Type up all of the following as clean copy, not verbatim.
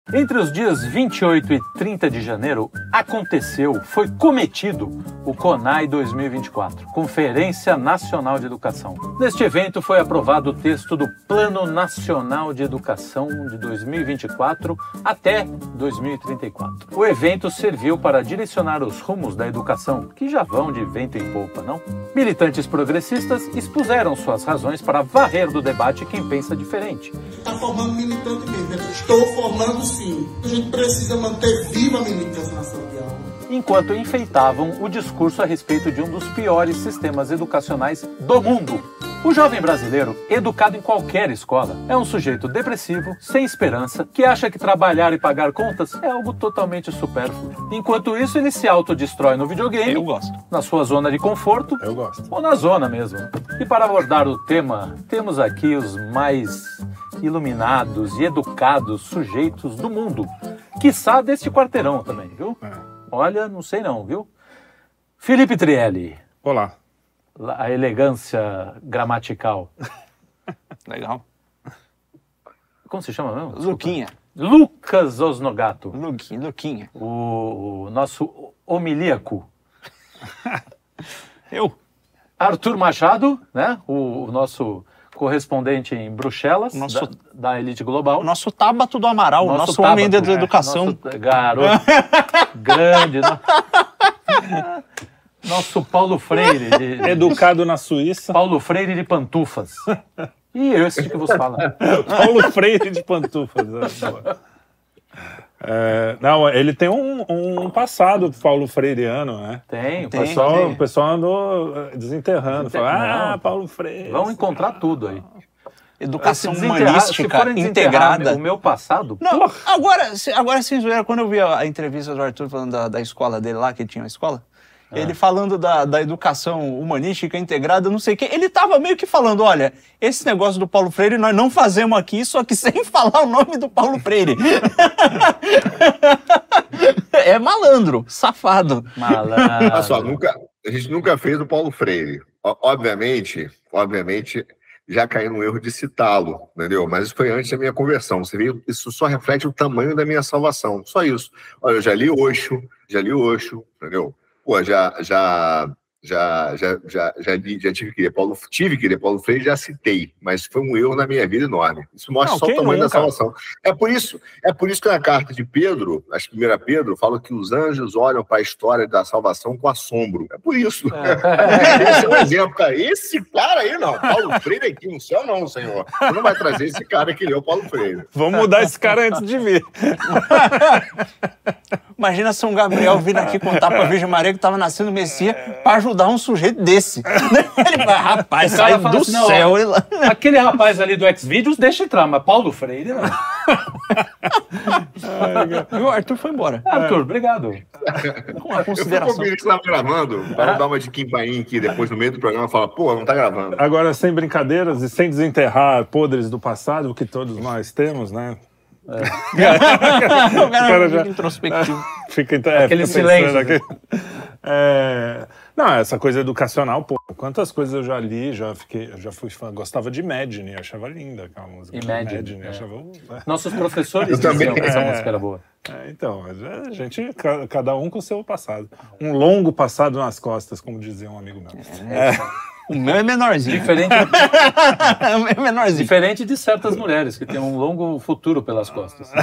Entre os dias 28 e 30 de janeiro, foi cometido o CONAI 2024, Conferência Nacional de Educação. Neste evento foi aprovado o texto do Plano Nacional de Educação de 2024 até 2034. O evento serviu para direcionar os rumos da educação, que já vão de vento em popa, não? Militantes progressistas expuseram suas razões para varrer do debate quem pensa diferente. Está formando militante mesmo. Estou formando sim. A gente precisa manter viva a militância na sala de aula. Enquanto enfeitavam o discurso a respeito de um dos piores sistemas educacionais do mundo. O jovem brasileiro, educado em qualquer escola, é um sujeito depressivo, sem esperança, que acha que trabalhar e pagar contas é algo totalmente supérfluo. Enquanto isso, ele se autodestrói no videogame, Eu gosto. na sua zona de conforto, Eu gosto. ou na zona mesmo. E para abordar o tema, temos aqui os mais iluminados e educados sujeitos do mundo, quiçá deste quarteirão também, viu? Olha, não sei não, viu? Felipe Trielli. Olá. A elegância gramatical. Legal. Como se chama mesmo? Luquinha. Lucas Osnogato. Luquinha. O nosso homilíaco. Eu. Arthur Machado, né? O nosso correspondente em Bruxelas, Nosso- da Elite Global. O nosso Tábato do Amaral, o nosso Tábato, homem da né? educação. Nosso garoto grande. Nosso Paulo Freire. Educado na Suíça. Paulo Freire de pantufas. E esse que vos fala. Paulo Freire de pantufas. Não, ele tem um passado Paulo Freireano, né? Tem. O pessoal andou desenterrando. Fala, Paulo Freire. Vão encontrar tudo aí. Educação Se humanística forem desenterrar integrada. o meu passado, Não, agora sem zoeira, quando eu vi a entrevista do Arthur falando da escola dele lá, que ele tinha uma escola, ele falando da educação humanística integrada, não sei o quê, ele tava meio que falando, olha, esse negócio do Paulo Freire nós não fazemos aqui, só que sem falar o nome do Paulo Freire. É malandro, safado. Olha só, a gente nunca fez o Paulo Freire. Obviamente, já caí no erro de citá-lo, entendeu? Mas isso foi antes da minha conversão. Você vê, isso só reflete o tamanho da minha salvação. Só isso. Olha, eu já li Osho, entendeu? Pô, já tive que ler Paulo Freire, já citei, mas foi um erro na minha vida enorme. Isso mostra só o tamanho da salvação. É por isso que na carta de Pedro, acho que 1 Pedro, fala que os anjos olham para a história da salvação com assombro. É por isso. Esse é um exemplo, cara. Esse cara aí não, Paulo Freire aqui no céu não, senhor. Você não vai trazer esse cara que leu Paulo Freire. Vamos mudar esse cara antes de vir. Imagina São Gabriel vindo aqui contar pra Virgem Maria que tava nascendo o Messias pra ajudar um sujeito desse. Ele vai, rapaz, sai do assim, não, céu. Aquele rapaz ali do Xvideos deixa entrar, mas Paulo Freire não. E o Arthur foi embora. Arthur, obrigado. Uma Eu fui consideração. conferir que você estava gravando, para não dar uma de Kimpaim aqui depois no meio do programa e falar, pô, não tá gravando. Agora, sem brincadeiras e sem desenterrar podres do passado, o que todos nós temos, né? O cara já- fica introspectivo. Aquele silêncio. Não, essa coisa educacional, pô, quantas coisas eu já li, já fui fã, gostava de Imagine, achava linda aquela música. Imagine, achava... Nossos professores Eu também. diziam que essa música era boa. Então, a gente, cada um com o seu passado. Um longo passado nas costas, como dizia um amigo meu. O meu é menorzinho. Diferente, O meu é menorzinho. diferente de certas mulheres que têm um longo futuro pelas costas.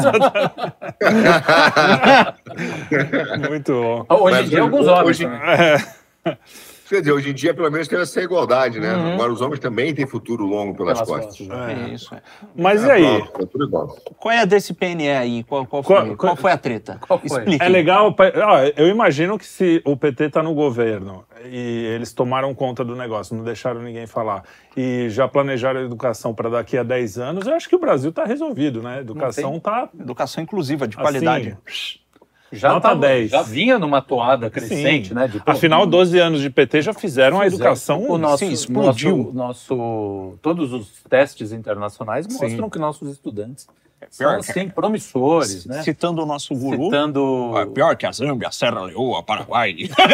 Muito bom. Hoje em dia, alguns homens. Né? Quer dizer, hoje em dia, pelo menos, tem essa igualdade, né? Agora, os homens também têm futuro longo pelas costas. né? Isso. Mas e aí? Pronto, é tudo igual. Qual é a desse PNE aí? Qual foi a treta? Qual foi? Explique. É legal, eu imagino que se o PT está no governo e eles tomaram conta do negócio, não deixaram ninguém falar, e já planejaram a educação para daqui a 10 anos, eu acho que o Brasil está resolvido, né? A educação está... Educação inclusiva, de qualidade. Já, Nota 10. já vinha numa toada crescente, Sim. né? De, Afinal, 12 anos de PT já fizeram a educação... O nosso, sim, explodiu. todos os testes internacionais mostram que nossos estudantes são, pior que- assim, promissores, né? Citando o nosso guru. Citando... Pior que a Zâmbia, a Serra Leoa, Paraguai.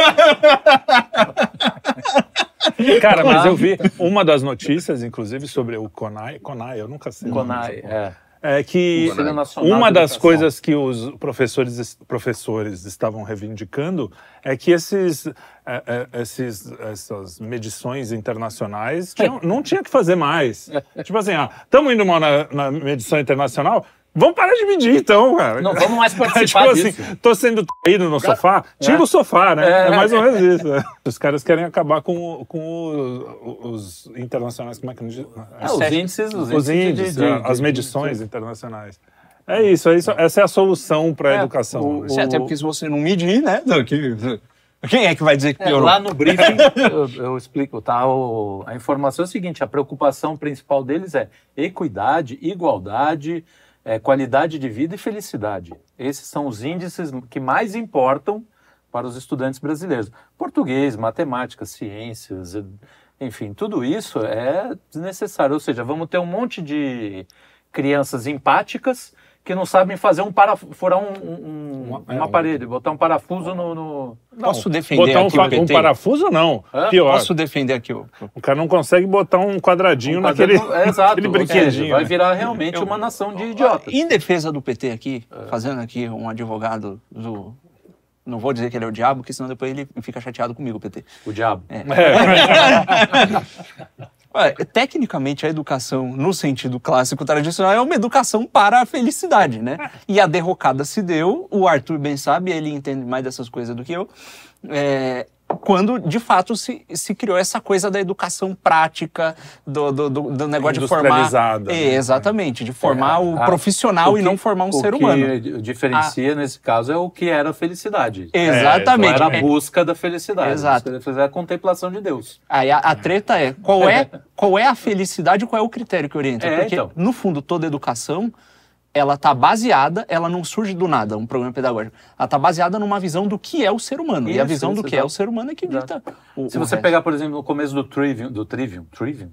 Cara, mas eu vi uma das notícias, inclusive, sobre o CONAI, eu nunca sei. o nome CONAI, dessa porra. é que uma das coisas que os professores estavam reivindicando é que essas medições internacionais não tinha que fazer mais. Tipo assim, estamos indo mal na medição internacional, vamos parar de medir, então, cara. Não vamos mais participar disso. Assim, tô sendo traído no sofá, tira o sofá, né? É mais ou menos isso. Né? Os caras querem acabar com os internacionais, como é que... Os índices, as medições internacionais. É isso. Essa é a solução para a educação. Até porque se você não medir, né? Quem é que vai dizer que piorou? Lá no briefing eu explico, tá? A informação é a seguinte, a preocupação principal deles é equidade, igualdade, qualidade de vida e felicidade. Esses são os índices que mais importam para os estudantes brasileiros. Português, matemática, ciências, enfim, tudo isso é desnecessário. Ou seja, vamos ter um monte de crianças empáticas que não sabem fazer furar um aparelho, botar um parafuso no... Posso defender aqui o PT? Um parafuso, não. Pior. Posso defender aqui o cara não consegue botar um quadradinho naquele brinquedinho. Vai virar realmente uma nação de idiotas. Em defesa do PT aqui, fazendo aqui um advogado do... Não vou dizer que ele é o diabo, porque senão depois ele fica chateado comigo, o PT. O diabo. Tecnicamente, a educação, no sentido clássico tradicional, é uma educação para a felicidade, né? E a derrocada se deu, o Arthur bem sabe, ele entende mais dessas coisas do que eu, quando, de fato, se criou essa coisa da educação prática, do negócio de formar... Né? Exatamente, de formar o profissional e não formar um ser humano. O que diferencia, nesse caso, é o que era a felicidade. Exatamente. Era a busca da felicidade. Exato. A contemplação de Deus. Aí a treta é, qual é a felicidade e qual é o critério que orienta? Porque, então, no fundo, toda educação... ela está baseada, ela não surge do nada, um programa pedagógico. Ela está baseada numa visão do que é o ser humano. E a visão do que é o ser humano é que dita Se você pegar, por exemplo, no começo do Trivium... Trivium.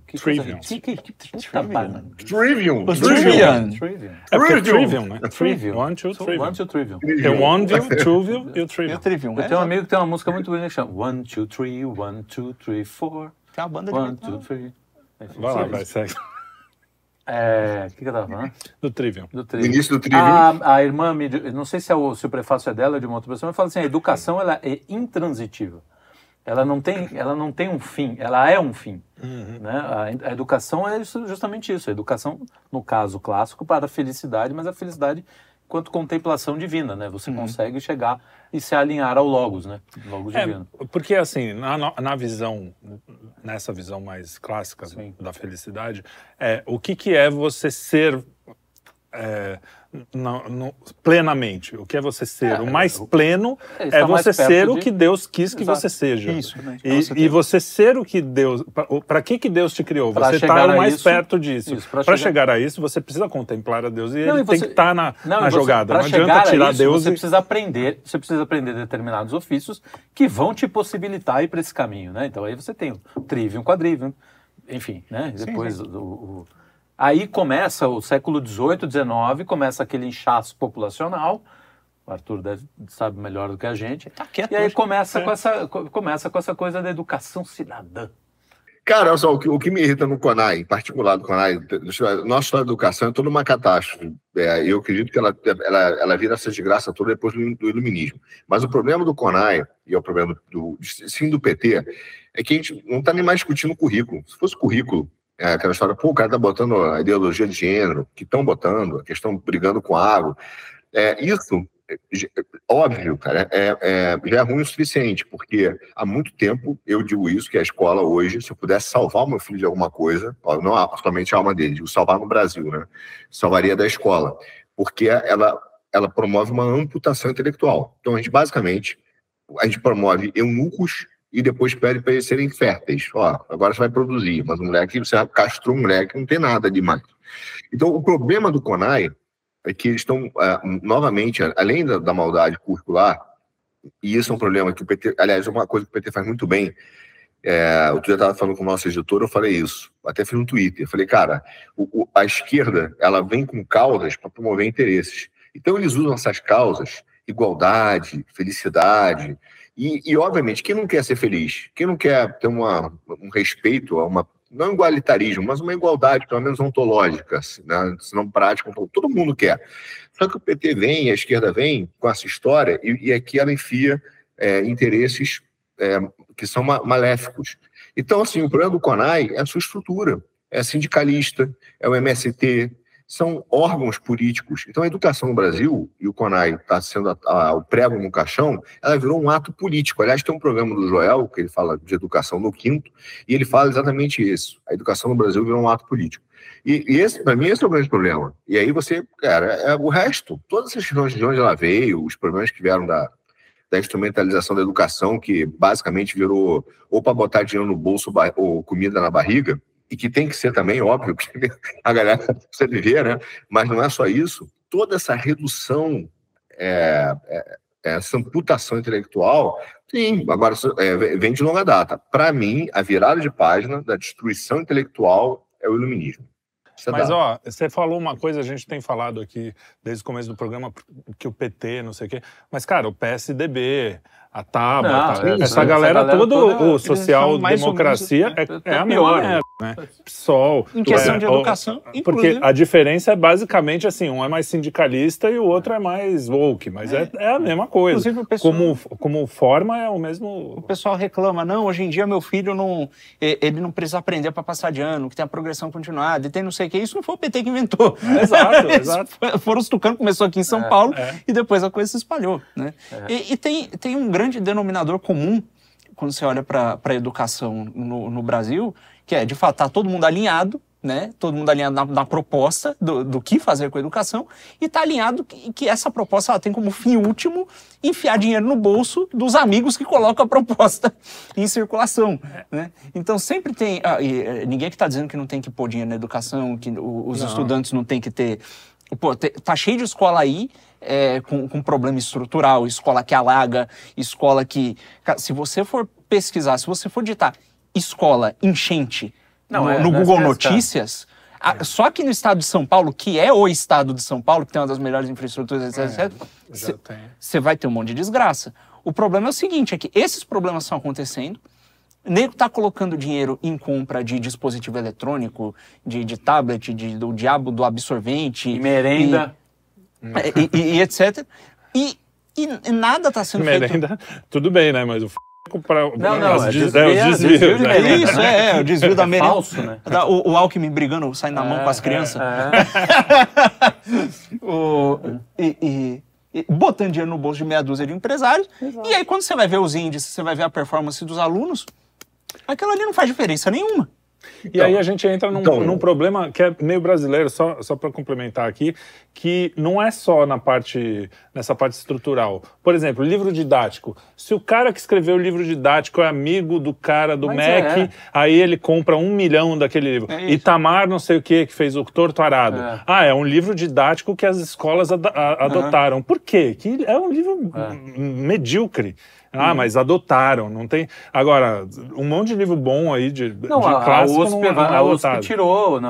É porque é Trivium, né? Trivium. One, two, Trivium. Tem o One-View, Two-View e o Trivium. Eu tenho um amigo que tem uma música muito bonita que chama 1, 2, 3, 1, 2, 3, 4. Tem uma banda de... 1, 2, 3... Vai lá, vai, segue. O que eu tava falando? Do Trivium. No início do Trivium. A irmã, não sei se o prefácio é dela ou de uma outra pessoa, mas fala assim, a educação ela é intransitiva. Ela não tem um fim, ela é um fim. Né? A educação é justamente isso. A educação, no caso clássico, para a felicidade, mas a felicidade quanto contemplação divina, né? Você consegue chegar e se alinhar ao Logos, né? Logos divino. Porque, assim, nessa visão mais clássica da felicidade, o que é você ser plenamente? O que é você ser? O mais pleno é você ser o que Deus quis que você seja. Isso. E você ser o que Deus... Para que Deus te criou? Você está mais perto disso. Para chegar a isso, você precisa contemplar a Deus. E ele tem que estar na jogada. Não adianta tirar Deus Você precisa aprender determinados ofícios que vão te possibilitar ir para esse caminho, né? Então aí você tem o Trivium, Quadrivium, enfim, né? Depois aí começa o século XVIII, XIX, começa aquele inchaço populacional. O Arthur sabe melhor do que a gente. Tá quieto, e aí começa com essa coisa da educação cidadã. Cara, olha só, o que me irrita no CONAI, em particular do CONAI, nossa educação é toda uma catástrofe. Eu acredito que ela vira essa desgraça toda depois do iluminismo. Mas o problema do CONAI, e é o problema do PT, é que a gente não está nem mais discutindo o currículo. Se fosse currículo, aquela história, o cara tá botando a ideologia de gênero, que estão botando, a questão brigando com a água. Isso, óbvio, cara, já é ruim o suficiente, porque há muito tempo eu digo isso, que a escola hoje, se eu pudesse salvar o meu filho de alguma coisa, não somente a alma dele, digo salvar no Brasil, né? Salvaria da escola, porque ela promove uma amputação intelectual. Então, a gente promove eunucos e depois pede para eles serem férteis. Agora você vai produzir, mas você castrou um moleque, não tem nada demais. Então, o problema do CONAI é que eles estão, novamente, além da maldade curricular, e isso é um problema que o PT, aliás, é uma coisa que o PT faz muito bem. Outro dia eu estava falando com o nosso editor, eu falei isso, até fiz no Twitter, eu falei, cara, a esquerda, ela vem com causas para promover interesses. Então, eles usam essas causas, igualdade, felicidade, e obviamente, quem não quer ser feliz? Quem não quer ter um respeito a não igualitarismo, mas uma igualdade, pelo menos ontológica, assim, né? Se não prática, todo mundo quer. Só que o PT vem, a esquerda vem com essa história e aqui ela enfia interesses que são maléficos. Então, assim, o problema do CONAI é a sua estrutura, é sindicalista, é o MST, são órgãos políticos. Então, a educação no Brasil, e o CONAI está sendo o prego no caixão, ela virou um ato político. Aliás, tem um programa do Joel, que ele fala de educação no 5º, e ele fala exatamente isso. A educação no Brasil virou um ato político. E esse, para mim, esse é o grande problema. E aí você, cara, o resto, todas essas questões de onde ela veio, os problemas que vieram da instrumentalização da educação, que basicamente virou ou para botar dinheiro no bolso ou comida na barriga, e que tem que ser também, óbvio, que a galera precisa viver, né? Mas não é só isso. Toda essa redução, essa amputação intelectual, sim, agora vem de longa data. Para mim, a virada de página da destruição intelectual é o iluminismo. Mas, ó, você falou uma coisa, a gente tem falado aqui desde o começo do programa, que o PT, não sei o quê, mas, cara, o PSDB, a Tabata, essa galera toda, o social-democracia é a melhor, né? PSOL. Em questão de educação, porque a diferença é basicamente assim, um é mais sindicalista e o outro é mais woke, mas é a mesma coisa. Inclusive, o pessoal, como forma é o mesmo... O pessoal reclama, não, hoje em dia meu filho ele não precisa aprender para passar de ano, que tem a progressão continuada, e tem não sei o que, isso não foi o PT que inventou. Exato. Foram os tucanos, começou aqui em São Paulo, e depois a coisa se espalhou, né? E tem um grande denominador comum, quando você olha para a educação no Brasil, que é, de fato, tá todo mundo alinhado, né? Todo mundo alinhado na proposta do que fazer com a educação, e está alinhado que essa proposta ela tem como fim último enfiar dinheiro no bolso dos amigos que colocam a proposta em circulação, né? Então sempre tem... ninguém que está dizendo que não tem que pôr dinheiro na educação, que os estudantes não tem que ter... Pô, tá cheio de escola aí com problema estrutural, escola que alaga, escola que... Cara, se você for pesquisar, se você for digitar escola enchente no Google Notícias, só que no estado de São Paulo, que é o estado de São Paulo, que tem uma das melhores infraestruturas, etc., você vai ter um monte de desgraça. O problema é o seguinte, é que esses problemas estão acontecendo, o nego está colocando dinheiro em compra de dispositivo eletrônico, de tablet, do diabo do absorvente... E merenda... E etc. E nada está sendo merenda, feito... Tudo bem, né? Mas o é desvio. Isso, o desvio da merenda. Falso, né? O Alckmin brigando, saindo na mão com as crianças. Botando dinheiro no bolso de meia dúzia de empresários. Exato. E aí, quando você vai ver os índices, você vai ver a performance dos alunos, aquilo ali não faz diferença nenhuma. E aí a gente entra num problema que é meio brasileiro, só para complementar aqui, que não é só nessa parte estrutural. Por exemplo, livro didático. Se o cara que escreveu o livro didático é amigo do cara do MEC, aí ele compra 1 milhão daquele livro. Itamar não sei o que fez o Torto Arado. É um livro didático que as escolas adotaram. Por quê? Que é um livro medíocre. Mas adotaram, não tem... Agora, um monte de livro bom aí de clássico a USP tirou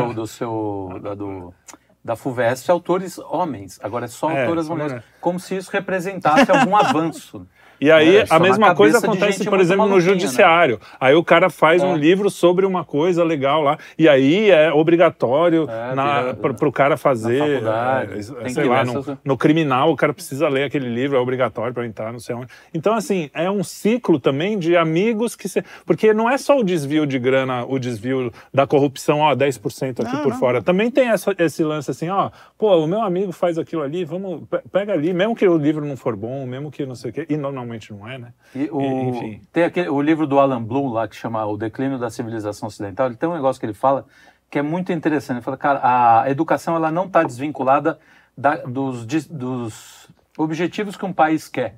da FUVEST autores homens, agora é só autoras mulheres, como se isso representasse algum avanço. E aí a mesma coisa acontece, por exemplo, no judiciário. Né? Aí o cara faz um livro sobre uma coisa legal lá, e aí é obrigatório para o cara fazer, sei lá, no criminal o cara precisa ler aquele livro, é obrigatório para entrar, não sei onde. Então, assim, é um ciclo também de amigos que... Porque não é só o desvio de grana, o desvio da corrupção, 10% aqui por fora. Também tem esse lance assim, o meu amigo faz aquilo ali, pega ali, mesmo que o livro não for bom, mesmo que não sei o quê, e normalmente não é, né? Enfim. Tem o livro do Alan Bloom lá, que chama O Declínio da Civilização Ocidental, ele tem um negócio que ele fala que é muito interessante. Ele fala, cara, a educação ela não está desvinculada dos objetivos que um país quer.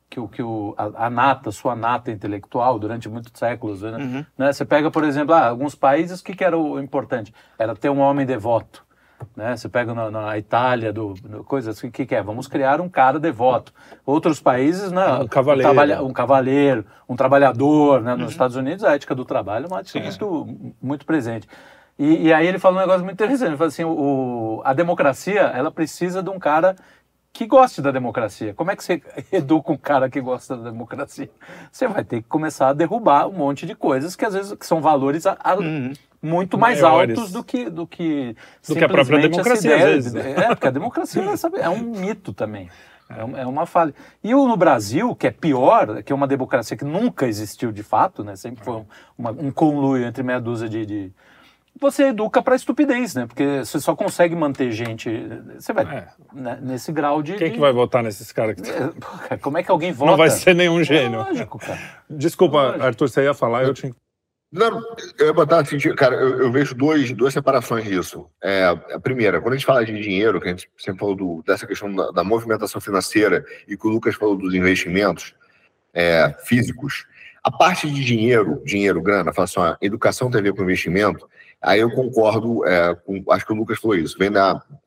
Sua nata intelectual durante muitos séculos, né? Você pega, por exemplo, alguns países, o que era o importante? Era ter um homem devoto. Né? Você pega na Itália, coisas assim, o que é? Vamos criar um cara devoto. Outros países, né? Um cavaleiro, um trabalhador, né? Nos Estados Unidos, a ética do trabalho é uma ética muito presente. E aí ele fala um negócio muito interessante, ele fala assim, a democracia, ela precisa de um cara que goste da democracia. Como é que você educa um cara que gosta da democracia? Você vai ter que começar a derrubar um monte de coisas que às vezes que são valores muito mais altos do que a própria democracia, às vezes. Porque a democracia é um mito também. É uma falha. E no Brasil, que é pior, que é uma democracia que nunca existiu de fato, né? Sempre foi um conluio entre meia dúzia de... Você educa para estupidez, né? Porque você só consegue manter gente... Você vai nesse grau de... Quem que vai votar nesses caras? Como é que alguém vota? Não vai ser nenhum gênio. Lógico, cara. Desculpa, Arthur, você ia falar, eu tinha... Não, eu ia botar assim, cara, eu vejo duas separações disso. A primeira, quando a gente fala de dinheiro, que a gente sempre falou dessa questão da movimentação financeira e que o Lucas falou dos investimentos físicos, a parte de dinheiro, grana, fala assim, educação tem a ver com investimento, aí eu concordo, acho que o Lucas falou isso, vem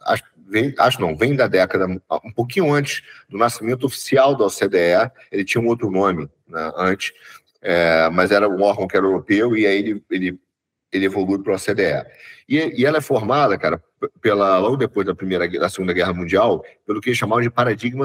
da década, um pouquinho antes do nascimento oficial da OCDE, ele tinha um outro nome, né, antes, mas era um órgão que era europeu e aí ele evolui para a OCDE. E ela é formada, cara, logo depois da Segunda Guerra Mundial, pelo que eles chamavam de paradigma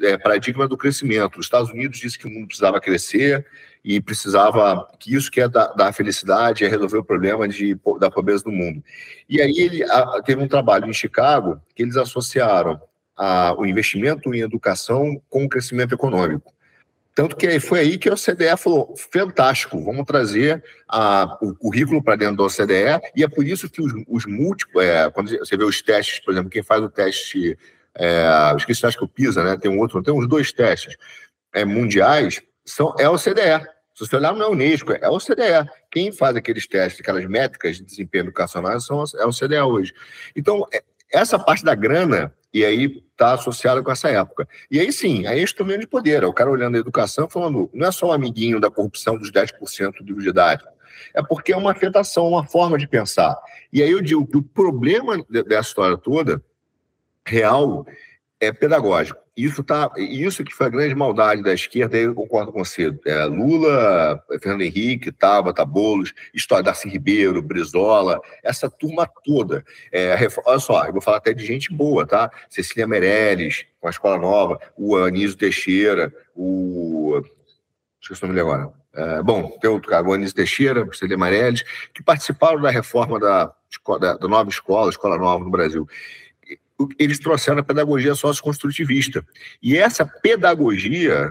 do crescimento. Os Estados Unidos disse que o mundo precisava crescer e precisava que isso que é dar felicidade, é resolver o problema da pobreza do mundo. E aí ele teve um trabalho em Chicago que eles associaram o investimento em educação com o crescimento econômico. Tanto que foi aí que a OCDE falou, fantástico, vamos trazer o currículo para dentro da OCDE, e é por isso que os múltiplos, quando você vê os testes, por exemplo, quem faz o teste, esqueci, acho que o PISA, né, tem uns 2 testes mundiais, é a OCDE. Se você olhar, não é a Unesco, é a OCDE. Quem faz aqueles testes, aquelas métricas de desempenho educacional, é a OCDE hoje. Então, essa parte da grana, e aí está associada com essa época. E aí sim, aí é instrumento de poder. É o cara olhando a educação falando, não é só um amiguinho da corrupção dos 10% do didático, é porque é uma afetação, uma forma de pensar. E aí eu digo que o problema dessa história toda, real, é pedagógico. Isso que foi a grande maldade da esquerda, aí eu concordo com você. Lula, Fernando Henrique, Tabata, Boulos, Darcy Ribeiro, Brizola, essa turma toda. Olha só, eu vou falar até de gente boa, tá? Cecília Meirelles, com a Escola Nova, o Anísio Teixeira, esqueci o nome dele agora. Tem outro cara, o Anísio Teixeira, Cecília Meirelles, que participaram da reforma da nova Escola Nova no Brasil. Eles trouxeram a pedagogia socioconstrutivista. E essa pedagogia,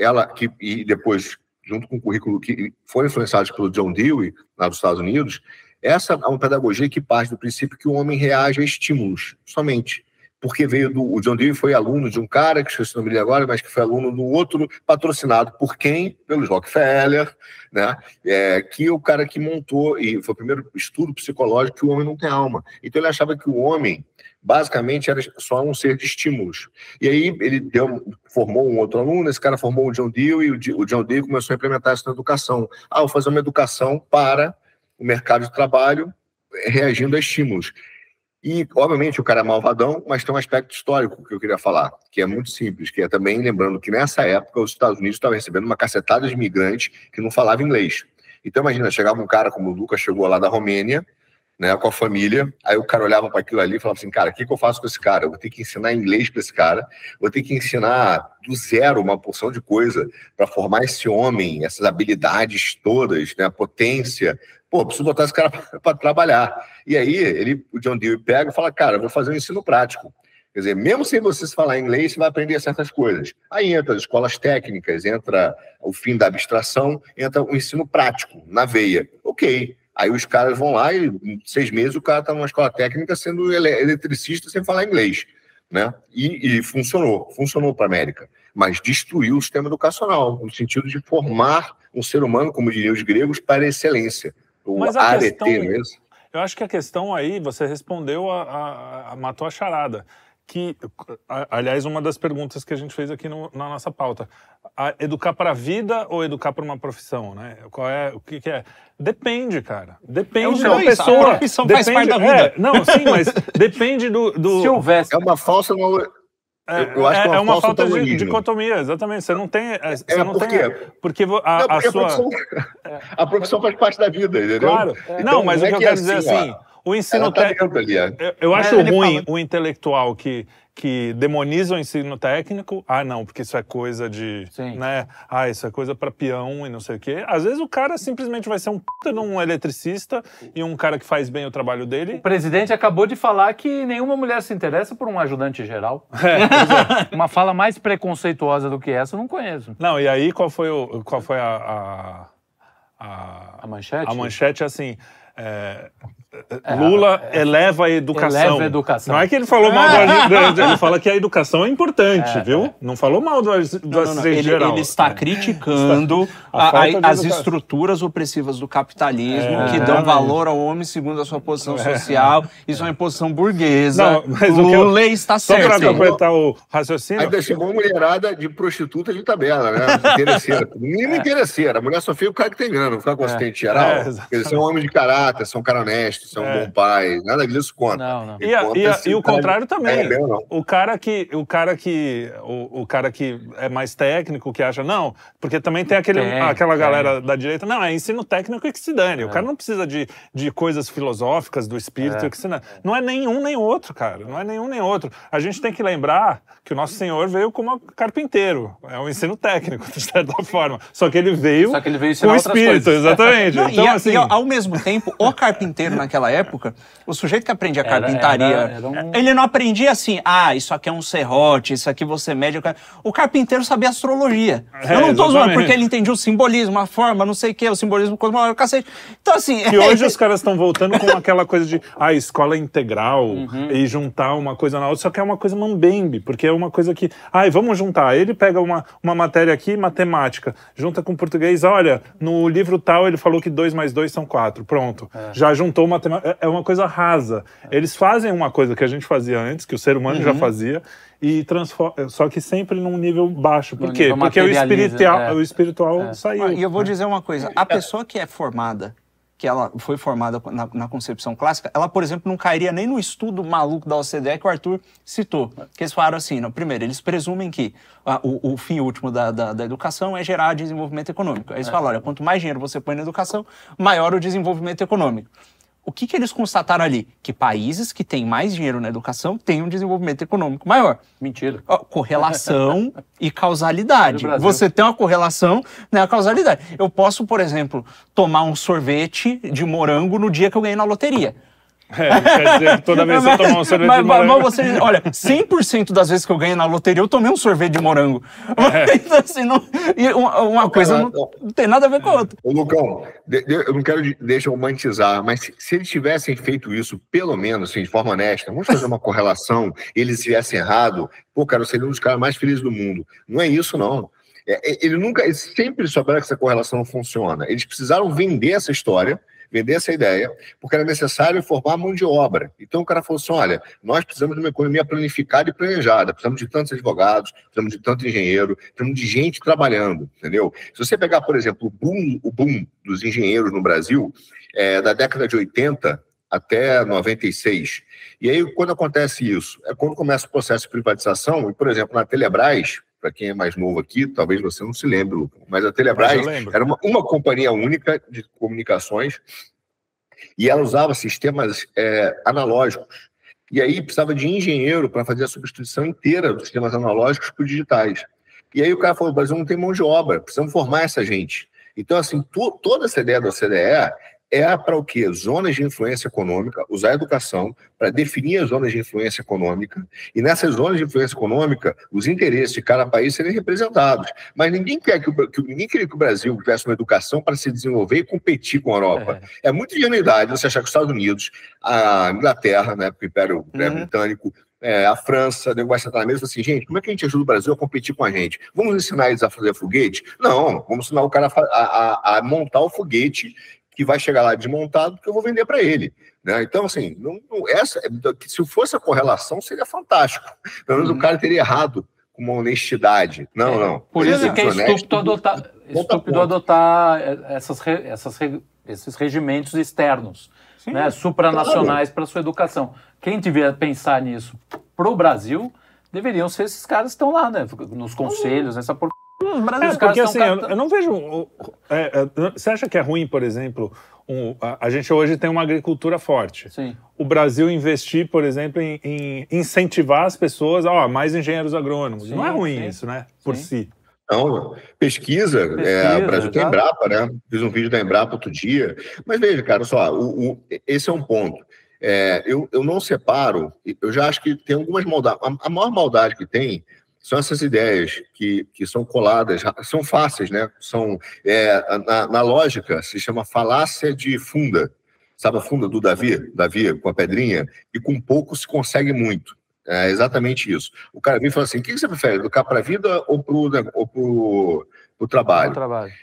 e depois, junto com o currículo que foi influenciado pelo John Dewey, lá dos Estados Unidos, essa é uma pedagogia que parte do princípio que o homem reage a estímulos, somente. Porque o John Dewey foi aluno de um cara, que esqueci o nome dele agora, mas que foi aluno do outro, patrocinado por quem? Pelos Rockefeller, né? Que o cara que montou, e foi o primeiro estudo psicológico que o homem não tem alma. Então ele achava que o homem basicamente era só um ser de estímulos. E aí ele formou um outro aluno, esse cara formou o John Dewey, e o John Dewey começou a implementar isso na educação. Vou fazer uma educação para o mercado de trabalho, reagindo a estímulos. E, obviamente, o cara é malvadão, mas tem um aspecto histórico que eu queria falar, que é muito simples, que é também lembrando que nessa época os Estados Unidos estavam recebendo uma cacetada de imigrantes que não falavam inglês. Então, imagina, chegava um cara como o Lucas, chegou lá da Romênia, né, com a família, aí o cara olhava para aquilo ali e falava assim, cara, o que eu faço com esse cara? Eu vou ter que ensinar inglês para esse cara, vou ter que ensinar do zero uma porção de coisa para formar esse homem, essas habilidades todas, né, a potência. Preciso botar esse cara para trabalhar. E aí, o John Dewey pega e fala, cara, eu vou fazer um ensino prático. Quer dizer, mesmo sem você falar inglês, você vai aprender certas coisas. Aí entra as escolas técnicas, entra o fim da abstração, entra o ensino prático, na veia. Ok. Aí os caras vão lá e em 6 meses o cara está numa escola técnica sendo eletricista sem falar inglês, né? E funcionou para a América, mas destruiu o sistema educacional, no sentido de formar um ser humano, como diriam os gregos, para a excelência. Mas a questão, eu acho que a questão aí, você respondeu, matou a charada. Que, aliás, uma das perguntas que a gente fez aqui na nossa pauta. Educar para a vida ou educar para uma profissão, né? O que é? Depende, cara. Depende da pessoa. A profissão faz parte da vida. Não, sim, mas depende do... Se houvesse... É uma falsa... Eu acho que é uma falta de dicotomia, exatamente. Você não tem... Por quê? Porque a profissão faz parte da vida, entendeu? Claro. Então, mas o que eu quero dizer assim, O ensino técnico... Eu acho ruim o intelectual que demoniza o ensino técnico. Ah, não, porque isso é coisa de... Sim. Né? Ah, isso é coisa para peão e não sei o quê. Às vezes o cara simplesmente vai ser um puta de um eletricista e um cara que faz bem o trabalho dele. O presidente acabou de falar que nenhuma mulher se interessa por um ajudante geral. Uma fala mais preconceituosa do que essa eu não conheço. Não, e aí qual foi a manchete? A manchete, assim... Lula eleva a educação. Eleva a educação. Não é que ele falou mal do ele fala que a educação é importante, viu? Não falou mal do assistente geral. Ele está criticando as estruturas opressivas do capitalismo que dão valor ao homem segundo a sua posição social. Isso é uma imposição burguesa. Não, mas Lula está certo. Só para completar o raciocínio... Ainda chegou uma mulherada de prostituta de tabela, né? Interesseira. Menina interesseira. A mulher só fica o cara que tem grana, não fica com assistente geral. Eles são homens de caráter, são cara honesto, são um bom pai, nada disso conta. Não. E o contrário também. O cara que é mais técnico, que acha, não, porque também tem aquela galera da direita, não, é ensino técnico que se dane. O cara não precisa de coisas filosóficas do espírito que se dane. Não é nenhum nem outro, cara. Não é nenhum nem outro. A gente tem que lembrar que o nosso Senhor veio como carpinteiro. É um ensino técnico, de certa forma. Só que ele veio com o espírito, exatamente. Não, então, e ao mesmo tempo, o carpinteiro naquela época, o sujeito que aprendia carpintaria, ele não aprendia assim, isso aqui é um serrote, isso aqui você mede... O carpinteiro sabia astrologia. Eu não tô zoando, porque ele entendia o simbolismo, a forma, não sei o que, o simbolismo cosmológico, cacete. Então, assim... E hoje os caras estão voltando com aquela coisa de, escola integral, e juntar uma coisa na outra, só que é uma coisa mambembe, porque é uma coisa que, vamos juntar. Ele pega uma matéria aqui, matemática, junta com português, olha, no livro tal ele falou que 2 mais 2 são 4, pronto. Já juntou matemática, é uma coisa rasa. Eles fazem uma coisa que a gente fazia antes, que o ser humano já fazia, e transforma, só que sempre num nível baixo. Por quê? Porque o espiritual saiu. E eu vou dizer uma coisa, a pessoa que é formada, que ela foi formada na concepção clássica, ela, por exemplo, não cairia nem no estudo maluco da OCDE que o Arthur citou. Que eles falaram assim, primeiro, eles presumem que o fim último da educação é gerar desenvolvimento econômico. Aí eles falaram, olha, quanto mais dinheiro você põe na educação, maior o desenvolvimento econômico. O que eles constataram ali? Que países que têm mais dinheiro na educação têm um desenvolvimento econômico maior. Mentira. Correlação e causalidade. Você tem uma correlação, né, a causalidade. Eu posso, por exemplo, tomar um sorvete de morango no dia que eu ganhei na loteria. Quer dizer que toda vez que você tomar um sorvete de morango... Mas olha, 100% das vezes que eu ganhei na loteria, eu tomei um sorvete de morango. Então, assim, uma coisa não tem nada a ver com a outra. Ô, Lucão, eu não quero romantizar, mas se eles tivessem feito isso, pelo menos, assim, de forma honesta, vamos fazer uma correlação, eles tivessem errado, cara, eu seria um dos caras mais felizes do mundo. Não é isso, não. Eles sempre souberam que essa correlação não funciona. Eles precisaram vender essa história, vender essa ideia, porque era necessário formar mão de obra. Então o cara falou assim, olha, nós precisamos de uma economia planificada e planejada, precisamos de tantos advogados, precisamos de tanto engenheiro, precisamos de gente trabalhando, entendeu? Se você pegar, por exemplo, o boom dos engenheiros no Brasil, da década de 80 até 96, e aí quando acontece isso? É quando começa o processo de privatização, e por exemplo, na Telebrás, para quem é mais novo aqui, talvez você não se lembre, Lucas, mas a Telebrás era uma companhia única de comunicações e ela usava sistemas analógicos. E aí precisava de engenheiro para fazer a substituição inteira dos sistemas analógicos por digitais. E aí o cara falou, o Brasil não tem mão de obra, precisamos formar essa gente. Então, assim, toda essa ideia da OCDE é para o quê? Zonas de influência econômica, usar a educação para definir as zonas de influência econômica, e nessas zonas de influência econômica, os interesses de cada país serem representados. Mas ninguém queria que o Brasil tivesse uma educação para se desenvolver e competir com a Europa. É muita ingenuidade você achar que os Estados Unidos, a Inglaterra, na época do Império Britânico, a França, o negócio está na mesa, assim, gente, como é que a gente ajuda o Brasil a competir com a gente? Vamos ensinar eles a fazer foguete? Não, vamos ensinar o cara a montar o foguete que vai chegar lá desmontado, porque eu vou vender para ele. Né? Então, assim, se fosse a correlação, seria fantástico. Pelo menos o cara teria errado com uma honestidade. Não. Por isso que é estúpido adotar esses regimentos externos, né, supranacionais para sua educação. Quem tiver pensar nisso para o Brasil, deveriam ser esses caras que estão lá, né, nos conselhos, nessa porra. brasileiros. Porque assim, eu não vejo... você acha que é ruim, por exemplo, a gente hoje tem uma agricultura forte. Sim. O Brasil investir, por exemplo, em incentivar as pessoas a mais engenheiros agrônomos. Sim, não é ruim isso, né? Por si. Não, pesquisa, o Brasil tem Embrapa, né? Fiz um vídeo da Embrapa outro dia. Mas veja, cara, só, esse é um ponto. Eu não separo, eu já acho que tem algumas maldades. A maior maldade que tem são essas ideias que são coladas, são fáceis, né? São, na lógica, se chama falácia de funda. Sabe a funda do Davi com a pedrinha? E com pouco se consegue muito. É exatamente isso. O cara vem e fala assim, o que você prefere, educar para a vida ou pro trabalho?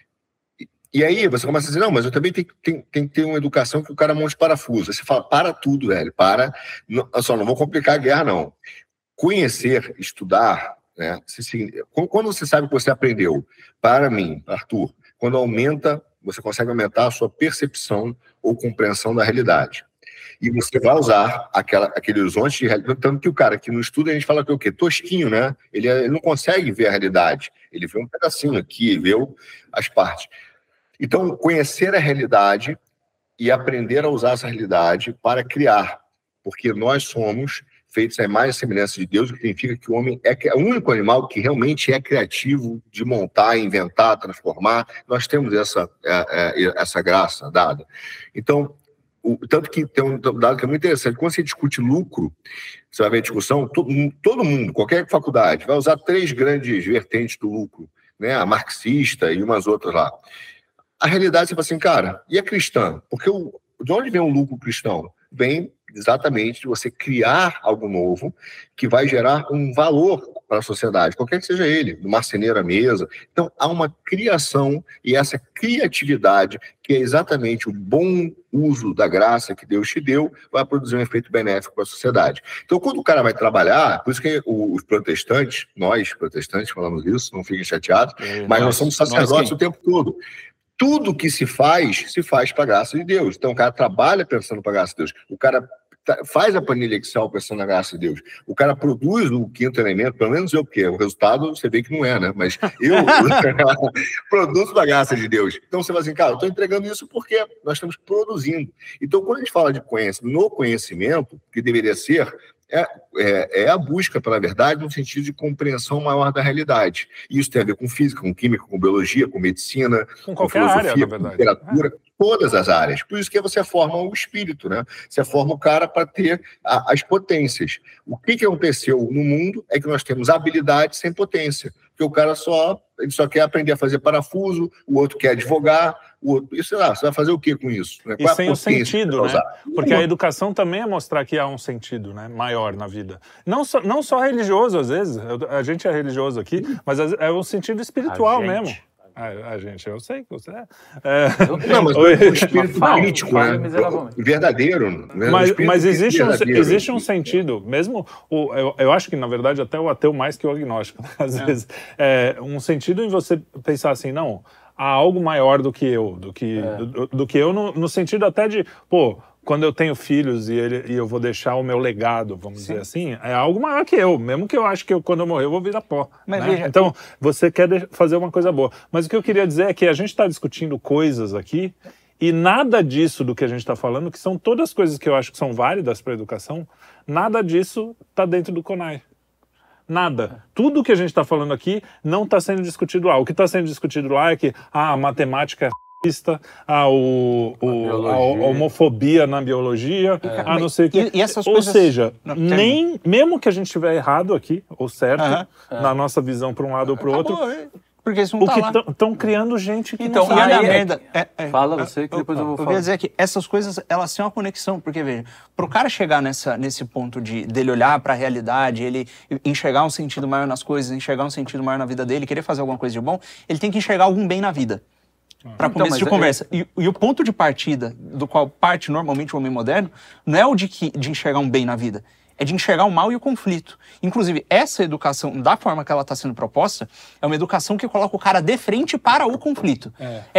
E aí você começa a dizer, não, mas eu também tenho que ter uma educação que o cara monte parafuso. Aí você fala, para tudo, velho, para. Não vou complicar a guerra, não. Conhecer, estudar, né? Quando você sabe que você aprendeu, para mim, Arthur, quando você consegue aumentar a sua percepção ou compreensão da realidade. E você vai usar aquele horizonte de realidade. Tanto que o cara que não estuda, a gente fala que é o quê? Tosquinho, né? Ele não consegue ver a realidade. Ele vê um pedacinho aqui, vê as partes. Então, conhecer a realidade e aprender a usar essa realidade para criar. Porque nós somos feitos à imagem e semelhança de Deus, o que significa que o homem é o único animal que realmente é criativo de montar, inventar, transformar. Nós temos essa graça dada. Então, tanto que tem um dado que é muito interessante. Quando você discute lucro, você vai ver a discussão, todo mundo, qualquer faculdade, vai usar 3 grandes vertentes do lucro, né? A marxista e umas outras lá. A realidade, você fala assim, cara, e a cristã? Porque de onde vem o lucro cristão? Vem exatamente de você criar algo novo que vai gerar um valor para a sociedade, qualquer que seja ele, do marceneiro à mesa. Então, há uma criação e essa criatividade, que é exatamente o bom uso da graça que Deus te deu, vai produzir um efeito benéfico para a sociedade. Então, quando o cara vai trabalhar, por isso que os protestantes, nós protestantes falamos isso, não fiquem chateados, mas nós somos sacerdotes o tempo todo. Tudo que se faz para a graça de Deus. Então, o cara trabalha pensando para a graça de Deus. O cara faz a planilha Excel pensando na graça de Deus. O cara produz o 5º elemento, pelo menos eu, porque o resultado você vê que não é, né? Mas eu produzo para a graça de Deus. Então, você vai assim, cara, eu estou entregando isso porque nós estamos produzindo. Então, quando a gente fala de conhecimento, que deveria ser a busca pela verdade no sentido de compreensão maior da realidade. E isso tem a ver com física, com química, com biologia, com medicina, com filosofia, área, com literatura, todas as áreas. Por isso que você forma o espírito, né? Você forma o cara para ter as potências. O que aconteceu no mundo é que nós temos habilidade sem potência. Porque o cara só quer aprender a fazer parafuso, o outro quer advogar, o outro... E sei lá, você vai fazer o que com isso? Né? E sem o sentido, né? Porque a educação também é mostrar que há um sentido, né, maior na vida. Não só religioso, às vezes. A gente é religioso aqui, mas é um sentido espiritual mesmo. A gente, eu sei que você Não, mas o espírito político, né? Verdadeiro. Né? Mas existe um sentido, mesmo, eu acho que, na verdade, até o ateu mais que o agnóstico, né? Às vezes, um sentido em você pensar assim, não, há algo maior do que eu, do que eu no sentido até de, quando eu tenho filhos e eu vou deixar o meu legado, vamos dizer assim, é algo maior que eu. Mesmo que eu acho que quando eu morrer eu vou virar pó. Mas né? Então, você quer fazer uma coisa boa. Mas o que eu queria dizer é que a gente está discutindo coisas aqui e nada disso do que a gente está falando, que são todas coisas que eu acho que são válidas para a educação, nada disso está dentro do CONAI. Nada. Tudo que a gente está falando aqui não está sendo discutido lá. O que está sendo discutido lá é que a matemática é a homofobia na biologia, não sei o que. E essas coisas... Ou seja, mesmo que a gente estiver errado aqui, ou certo, na nossa visão para um lado ou para o outro, porque isso não tá lá. Estão criando gente que então, não sabe. A merda. Fala você que depois eu vou falar. Eu queria dizer que essas coisas, elas têm uma conexão, porque, veja, para o cara chegar nesse ponto dele olhar para a realidade, ele enxergar um sentido maior nas coisas, enxergar um sentido maior na vida dele, querer fazer alguma coisa de bom, ele tem que enxergar algum bem na vida. Para começo de conversa. E o ponto de partida, do qual parte normalmente o homem moderno, não é o de enxergar um bem na vida. é de enxergar o mal e o conflito. Inclusive, essa educação, da forma que ela está sendo proposta, é uma educação que coloca o cara de frente para o conflito.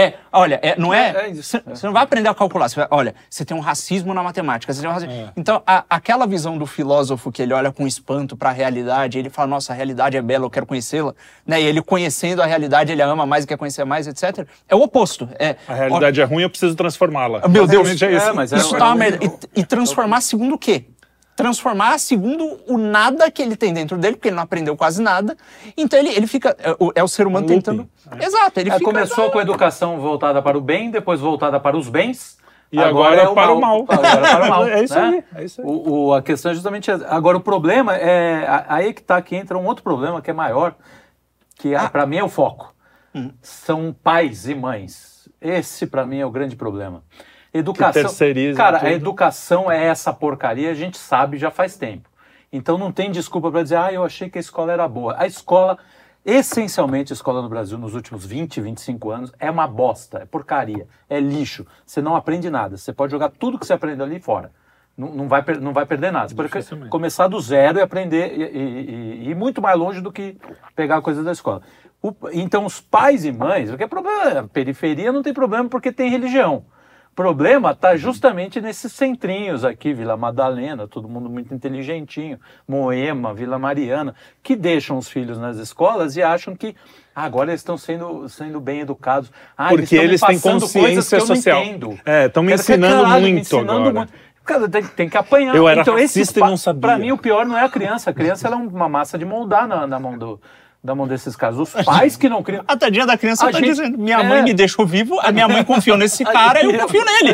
Você não vai aprender a calcular. Você tem um racismo na matemática. Você tem um racismo. Então, aquela visão do filósofo que ele olha com espanto para a realidade, ele fala, nossa, a realidade é bela, eu quero conhecê-la, né? E ele conhecendo a realidade, ele ama mais e quer conhecer mais, etc. É o oposto. A realidade é ruim, eu preciso transformá-la. Meu Deus, isso tá uma merda. E transformar segundo o quê? Transformar segundo o nada que ele tem dentro dele, porque ele não aprendeu quase nada. Então ele fica... É o ser humano tentando... Exato. Ele começou com a educação voltada para o bem, depois voltada para os bens. E agora é para o mal. Agora é para o mal. É isso né? aí. É isso aí. A questão é justamente essa. Agora, o problema é... Aí que entra um outro problema que é maior, que para mim é o foco. São pais e mães. Esse, para mim, é o grande problema. Educação, cara, a educação é essa porcaria, a gente sabe já faz tempo. Então não tem desculpa para dizer, eu achei que a escola era boa. A escola, essencialmente a escola no Brasil nos últimos 20, 25 anos, é uma bosta, é porcaria, é lixo. Você não aprende nada, você pode jogar tudo que você aprendeu ali fora. Não vai perder nada. Você pode começar do zero e aprender e ir muito mais longe do que pegar a coisa da escola. Então os pais e mães, porque a periferia não tem problema porque tem religião. O problema está justamente nesses centrinhos aqui, Vila Madalena, todo mundo muito inteligentinho, Moema, Vila Mariana, que deixam os filhos nas escolas e acham que agora eles estão sendo bem educados. Porque eles têm consciência social. Estão me ensinando muito agora. Cara, tem que apanhar. Eu era racista e não sabia. Para mim, o pior não é a criança. A criança ela é uma massa de moldar na mão desses casos. Os pais que não criam... A tadinha da criança tá dizendo, minha mãe me deixou vivo, a minha mãe confiou nesse cara e eu confio nele.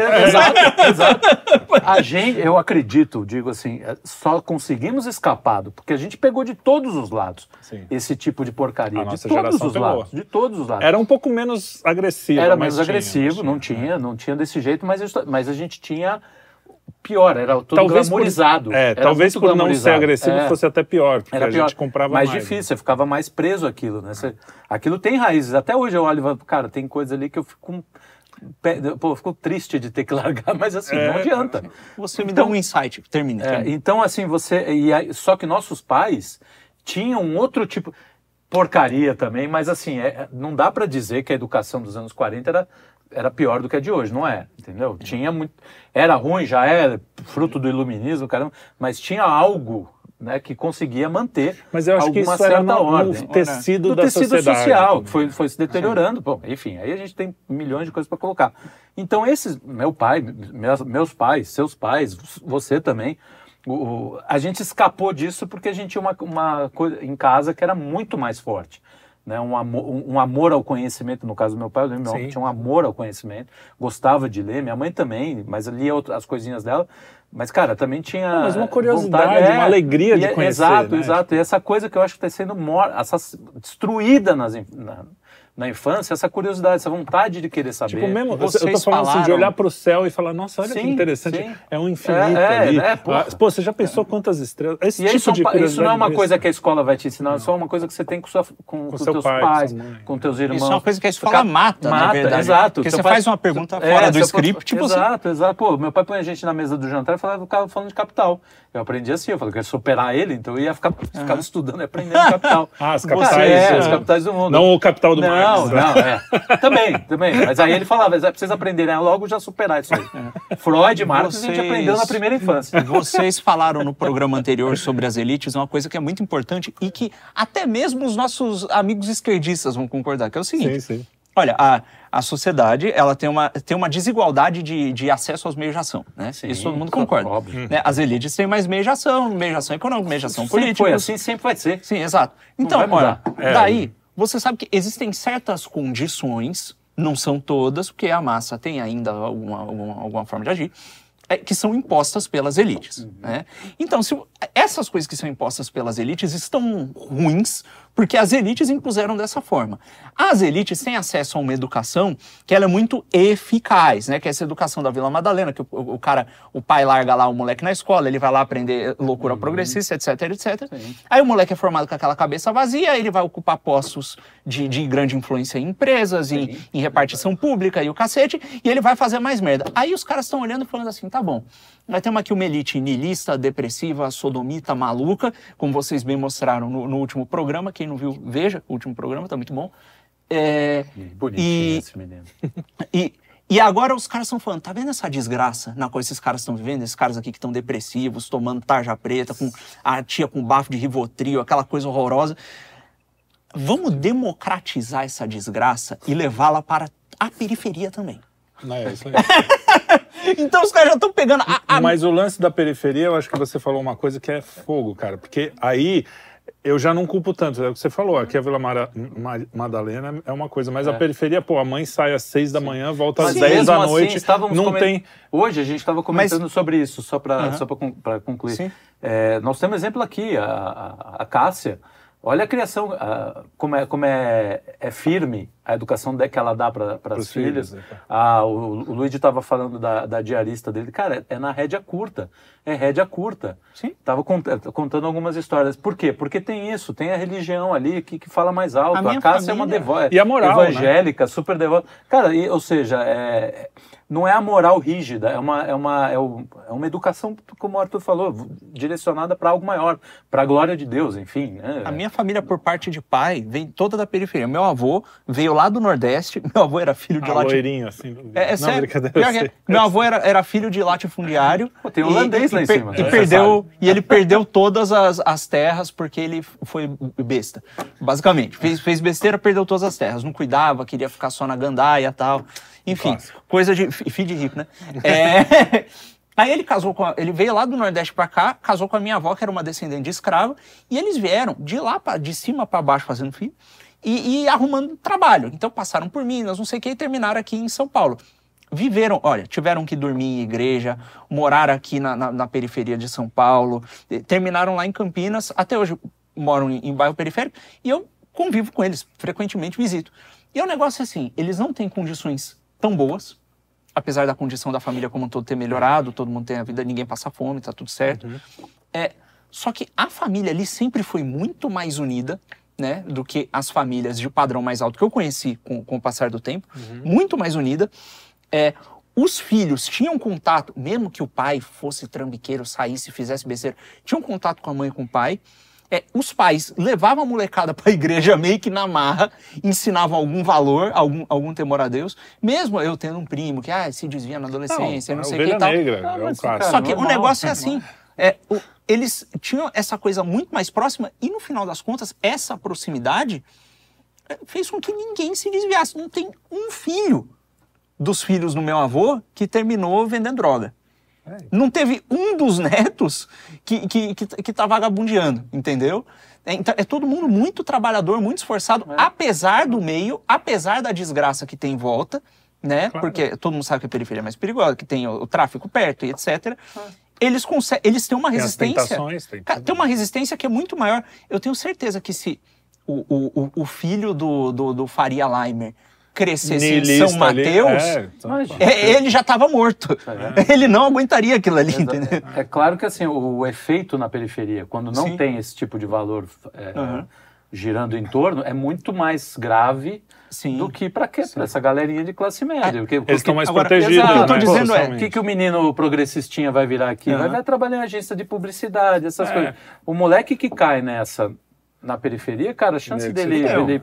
Exato. Eu acredito, digo assim, só conseguimos escapado, porque a gente pegou de todos os lados esse tipo de porcaria. De todos os lados. Era um pouco menos agressivo. Era menos agressivo, não tinha desse jeito, mas a gente tinha... Pior, era tudo glamourizado. Talvez por não ser agressivo fosse até pior, porque a gente comprava mais. Mais difícil, você ficava mais preso àquilo, né? Aquilo tem raízes. Até hoje eu olho e falo, cara, tem coisa ali que eu fico eu fico triste de ter que largar, mas assim, não adianta. Você me dá um insight, termina. Então, assim, só que nossos pais tinham um outro tipo... Porcaria também, mas assim, não dá para dizer que a educação dos anos 40 era pior do que a de hoje, não é, entendeu? Tinha muito, era ruim, já era fruto do iluminismo, caramba, mas tinha algo, né, que conseguia manter. Mas eu acho que isso era no tecido da sociedade, social, que foi se deteriorando. Bom, enfim, aí a gente tem milhões de coisas para colocar. Então meu pai, meus pais, seus pais, você também, a gente escapou disso porque a gente tinha uma coisa em casa que era muito mais forte. Né, um amor ao conhecimento, no caso do meu pai, eu lembro, tinha um amor ao conhecimento, gostava de ler, minha mãe também, mas lia as coisinhas dela, mas, cara, também tinha... Mas uma curiosidade, uma alegria de conhecer. Exato, e essa coisa que eu acho que está sendo destruída na infância, essa curiosidade, essa vontade de querer saber. Tipo, mesmo, eu tô falando assim, de olhar pro céu e falar, nossa, olha que interessante, é um infinito ali. Pô, você já pensou quantas estrelas? Esse tipo de curiosidade. Isso não é uma coisa que a escola vai te ensinar, isso é uma coisa que você tem com os teus pais, com teus irmãos. Isso é uma coisa que a escola mata, na verdade. Exato. Porque você faz uma pergunta fora do script, tipo exato. Pô, meu pai põe a gente na mesa do jantar e ficava falando de Capital. Eu aprendi assim, eu falei, eu quero superar ele, então eu ia ficar estudando e aprendendo Capital. As capitais. As capitais do mundo. Não o capital do Marx. Também. Mas aí ele falava, precisa aprender, né? Logo já superar isso aí. Freud e Marx a gente aprendeu na primeira infância. Vocês falaram no programa anterior sobre as elites, uma coisa que é muito importante e que até mesmo os nossos amigos esquerdistas vão concordar, que é o seguinte. Olha, a sociedade, ela tem uma desigualdade de acesso aos meios de ação, né? Isso todo mundo concorda. Óbvio. Né? As elites têm mais meios de ação econômica, meios de ação política. Foi assim, sempre vai ser. Sim, exato. Então, olha, daí, você sabe que existem certas condições, não são todas, porque a massa tem ainda alguma forma de agir, que são impostas pelas elites. Né? Então, se essas coisas que são impostas pelas elites estão ruins, porque as elites impuseram dessa forma. As elites têm acesso a uma educação que ela é muito eficaz, né? Que é essa educação da Vila Madalena, que o pai larga lá o moleque na escola, ele vai lá aprender loucura progressista, etc. Sim. Aí o moleque é formado com aquela cabeça vazia, ele vai ocupar postos de grande influência em empresas, em repartição pública e o cacete, e ele vai fazer mais merda. Aí os caras estão olhando e falando assim, tá bom, nós temos aqui uma elite niilista, depressiva, sodomita, maluca, como vocês bem mostraram no último programa, quem não viu, veja, o último programa, tá muito bom. Bonitinho esse menino. E agora os caras estão falando, tá vendo essa desgraça na qual esses caras estão vivendo? Esses caras aqui que estão depressivos, tomando tarja preta, com a tia com bafo de Rivotril, aquela coisa horrorosa. Vamos democratizar essa desgraça e levá-la para a periferia também. É isso aí. Então os caras já estão pegando... Mas o lance da periferia, eu acho que você falou uma coisa que é fogo, cara. Porque aí... Eu já não culpo tanto, é o que você falou, aqui a Vila Madalena é uma coisa, mas a periferia, pô, a mãe sai às 6 da manhã, volta às 10 da noite, não tem... Hoje a gente estava comentando sobre isso, só para concluir. Nós temos exemplo aqui, a Cássia, olha a criação, como é firme a educação que ela dá para as filhas. O Luigi estava falando da diarista dele. Cara, é na rédea curta. É rédea curta. Estava contando algumas histórias. Por quê? Porque tem isso, tem a religião ali que fala mais alto. A Cássia é uma devota. E a moral, evangélica, né? Super devota. Cara, ou seja, não é a moral rígida, é uma educação, como o Arthur falou, direcionada para algo maior, para a glória de Deus, enfim. Né? A minha família, por parte de pai, vem toda da periferia. Meu avô veio lá do Nordeste, meu avô era filho de loirinho, assim. É sério. Meu avô era filho de latifundiário. Pô, tem holandês lá em cima. E ele perdeu todas as terras porque ele foi besta, basicamente. Fez besteira, perdeu todas as terras. Não cuidava, queria ficar só na gandaia e tal. Enfim, coisa de filho de rico, né? Aí ele veio lá do Nordeste pra cá, casou com a minha avó, que era uma descendente de escravo, e eles vieram de cima pra baixo fazendo filho e arrumando trabalho. Então passaram por Minas, não sei o que, e terminaram aqui em São Paulo. Tiveram que dormir em igreja, moraram aqui na periferia de São Paulo, terminaram lá em Campinas, até hoje moram em bairro periférico, e eu convivo com eles, frequentemente visito. E o negócio é assim, eles não têm condições tão boas, apesar da condição da família como um todo ter melhorado, todo mundo tem a vida, ninguém passa fome, tá tudo certo. Só que a família ali sempre foi muito mais unida, né, do que as famílias de padrão mais alto que eu conheci com o passar do tempo, muito mais unida. Os filhos tinham contato, mesmo que o pai fosse trambiqueiro, saísse, fizesse besteira, tinham contato com a mãe e com o pai. Os pais levavam a molecada para a igreja meio que na marra, ensinavam algum valor, algum temor a Deus. Mesmo eu tendo um primo que se desvia na adolescência, não sei o que e tal. Só que o negócio é assim, eles tinham essa coisa muito mais próxima e no final das contas, essa proximidade fez com que ninguém se desviasse. Não tem um filho dos filhos do meu avô que terminou vendendo droga. Não teve um dos netos que tá vagabundeando, entendeu? Então, é todo mundo muito trabalhador, muito esforçado, apesar do meio, apesar da desgraça que tem em volta, né? Claro. Porque todo mundo sabe que a periferia é mais perigosa, que tem o tráfico perto e etc. Eles têm uma resistência. Tem uma resistência que é muito maior. Eu tenho certeza que se o filho do Faria Limer crescesse em São Mateus, ele já estava morto. Ele não aguentaria aquilo ali, entendeu? É claro que assim, o efeito na periferia, quando não tem esse tipo de valor girando em torno, é muito mais grave do que para essa galerinha de classe média. Eles estão mais protegidos. O que eu estou dizendo o que o menino progressistinha vai virar aqui? Vai trabalhar em agência de publicidade, essas coisas. O moleque que cai na periferia, cara, a chance dele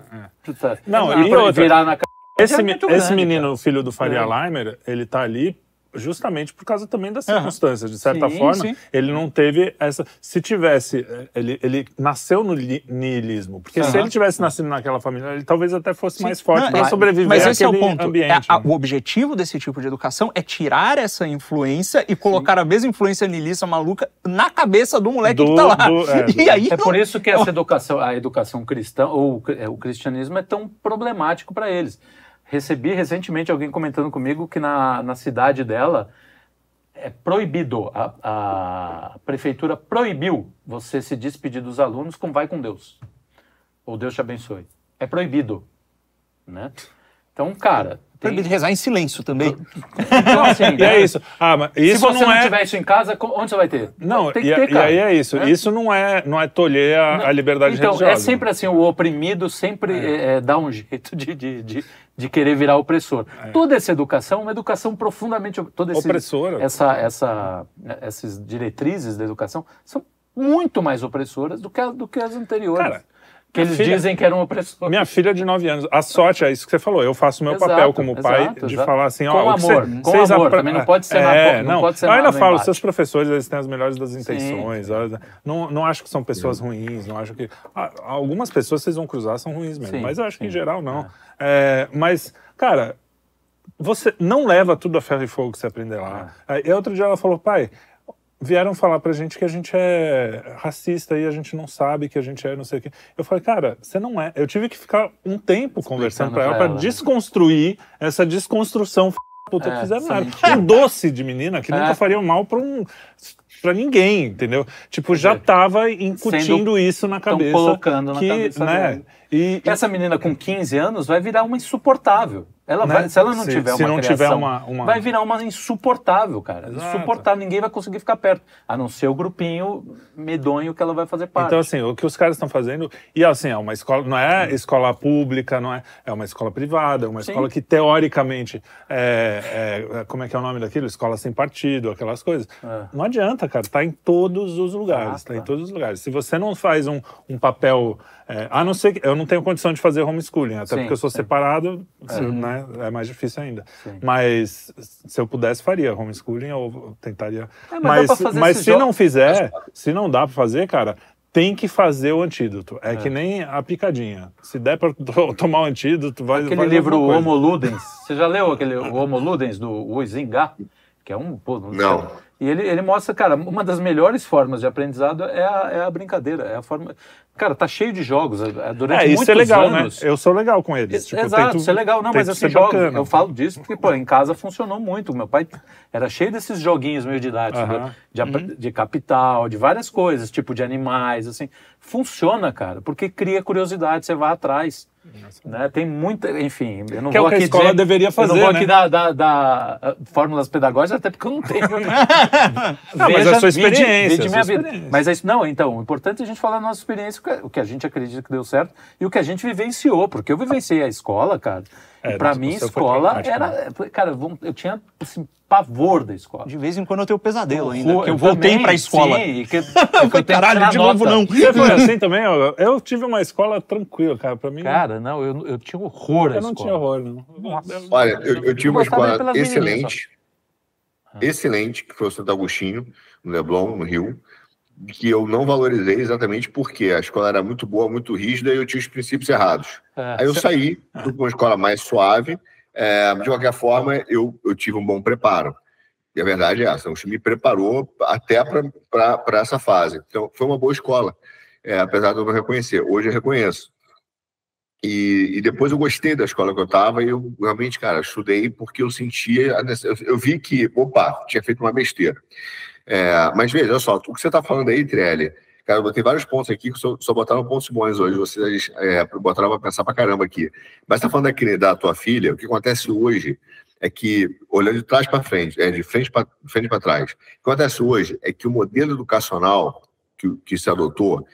virar na Esse menino, filho do Faria Limer, ele tá ali justamente por causa também das circunstâncias. De certa forma, ele não teve essa... Se tivesse... Ele nasceu no niilismo. Porque se ele tivesse nascido naquela família, ele talvez até fosse mais forte para sobreviver mas esse àquele é o ponto. Ambiente. O objetivo desse tipo de educação é tirar essa influência e colocar a mesma influência niilista maluca na cabeça do moleque que tá lá. E aí, por isso que essa educação, a educação cristã, ou o cristianismo é tão problemático para eles. Recebi recentemente alguém comentando comigo que na cidade dela é proibido, a prefeitura proibiu você se despedir dos alunos com vai com Deus, ou Deus te abençoe. É proibido, né? Então, cara, Proibido rezar em silêncio também. Então, assim, E é isso. Mas isso se você não é... tiver isso em casa, onde você vai ter? Não, tem que ter, e cara. aí é isso. Isso não é tolher a liberdade religiosa. Então, é sempre assim, o oprimido sempre dá um jeito de querer virar opressor. Toda essa educação é uma educação profundamente... Opressora. Essas diretrizes da educação são muito mais opressoras do que as anteriores. Cara, que eles dizem que eram opressores. Minha filha de 9 anos, a sorte é isso que você falou, eu faço o meu papel como pai de falar assim, com amor, também não pode ser não pode ser eu ainda falo, seus professores, eles têm as melhores das intenções, não acho que são pessoas ruins, não acho que... algumas pessoas vocês vão cruzar são ruins mesmo, mas eu acho que em geral não. Mas, cara, você não leva tudo a ferro e fogo que você aprender lá. E outro dia ela falou, pai... Vieram falar pra gente que a gente é racista e a gente não sabe que a gente é não sei o quê. Eu falei, cara, você não é. Eu tive que ficar um tempo conversando pra ela pra desconstruir essa desconstrução puta que fizeram nada. Um doce de menina que nunca faria mal pra ninguém, entendeu? Tipo, já tava incutindo isso na cabeça. Colocando na cabeça dela. E essa menina com 15 anos vai virar uma insuportável. Ela vai, se ela não tiver uma criação, vai virar uma insuportável, cara. Exato. Insuportável, ninguém vai conseguir ficar perto, a não ser o grupinho medonho que ela vai fazer parte. Então, assim, o que os caras estão fazendo, e assim, é uma escola, não é escola pública, não é uma escola privada, é uma escola que teoricamente como é que é o nome daquilo? Escola sem partido, aquelas coisas. Não adianta, cara, tá em todos os lugares, tá em todos os lugares. Se você não faz um papel, a não ser que eu não tenho condição de fazer homeschooling, até porque eu sou separado, né? É mais difícil ainda. Mas se eu pudesse, faria homeschooling ou tentaria. Mas se não fizer, se não dá pra fazer, cara, tem que fazer o antídoto. É que nem a picadinha. Se der pra tomar o antídoto, vai... Aquele livro Homo Ludens, você já leu aquele Homo Ludens do Huizinga? Que é um... Não. E ele mostra, cara, uma das melhores formas de aprendizado é a brincadeira, é a forma... Cara, tá cheio de jogos durante muitos isso é legal, anos. Né? Eu sou legal com eles. Tipo, exato, isso é legal. Não, mas assim, jogos, eu falo disso porque, pô, em casa funcionou muito. Meu pai era cheio desses joguinhos meio didáticos, de capital, de várias coisas, tipo de animais, assim. Funciona, cara, porque cria curiosidade, você vai atrás. Né? Tem muita, enfim, eu não que vou é o que aqui a escola dizer, deveria fazer, eu não vou né? aqui dar fórmulas pedagógicas, até porque eu não tenho. Mas a sua experiência. Minha vida. Mas é isso, não, então, o importante é a gente falar da nossa experiência, o que a gente acredita que deu certo e o que a gente vivenciou, porque eu vivenciei a escola, cara. Pra mim, escola era... Cara, eu tinha assim, pavor da escola. De vez em quando eu tenho pesadelo ainda, porque eu voltei pra escola. Sim, caralho, de novo não. Você foi assim também? Eu tive uma escola tranquila, cara. Pra mim... Cara, não, eu tinha horror à escola. Eu não tinha horror, não. Nossa. Olha, eu tive uma escola excelente, excelente, que foi o Santo Agostinho, no Leblon, no Rio, que eu não valorizei exatamente porque a escola era muito boa, muito rígida e eu tinha os princípios errados. Aí eu saí de uma escola mais suave, de qualquer forma eu tive um bom preparo. E a verdade é essa, o time me preparou até para essa fase. Então foi uma boa escola, apesar de eu não reconhecer. Hoje eu reconheço. E depois eu gostei da escola que eu estava e eu realmente, cara, estudei porque eu sentia, eu vi que, opa, tinha feito uma besteira. Mas veja, olha só, o que você está falando aí, Trelli, cara, eu botei vários pontos aqui que só botaram pontos bons hoje, vocês botaram para pensar pra caramba aqui. Mas você está falando aqui da tua filha, o que acontece hoje é que, olhando de trás para frente, de frente para trás, o que acontece hoje é que o modelo educacional que se adotou,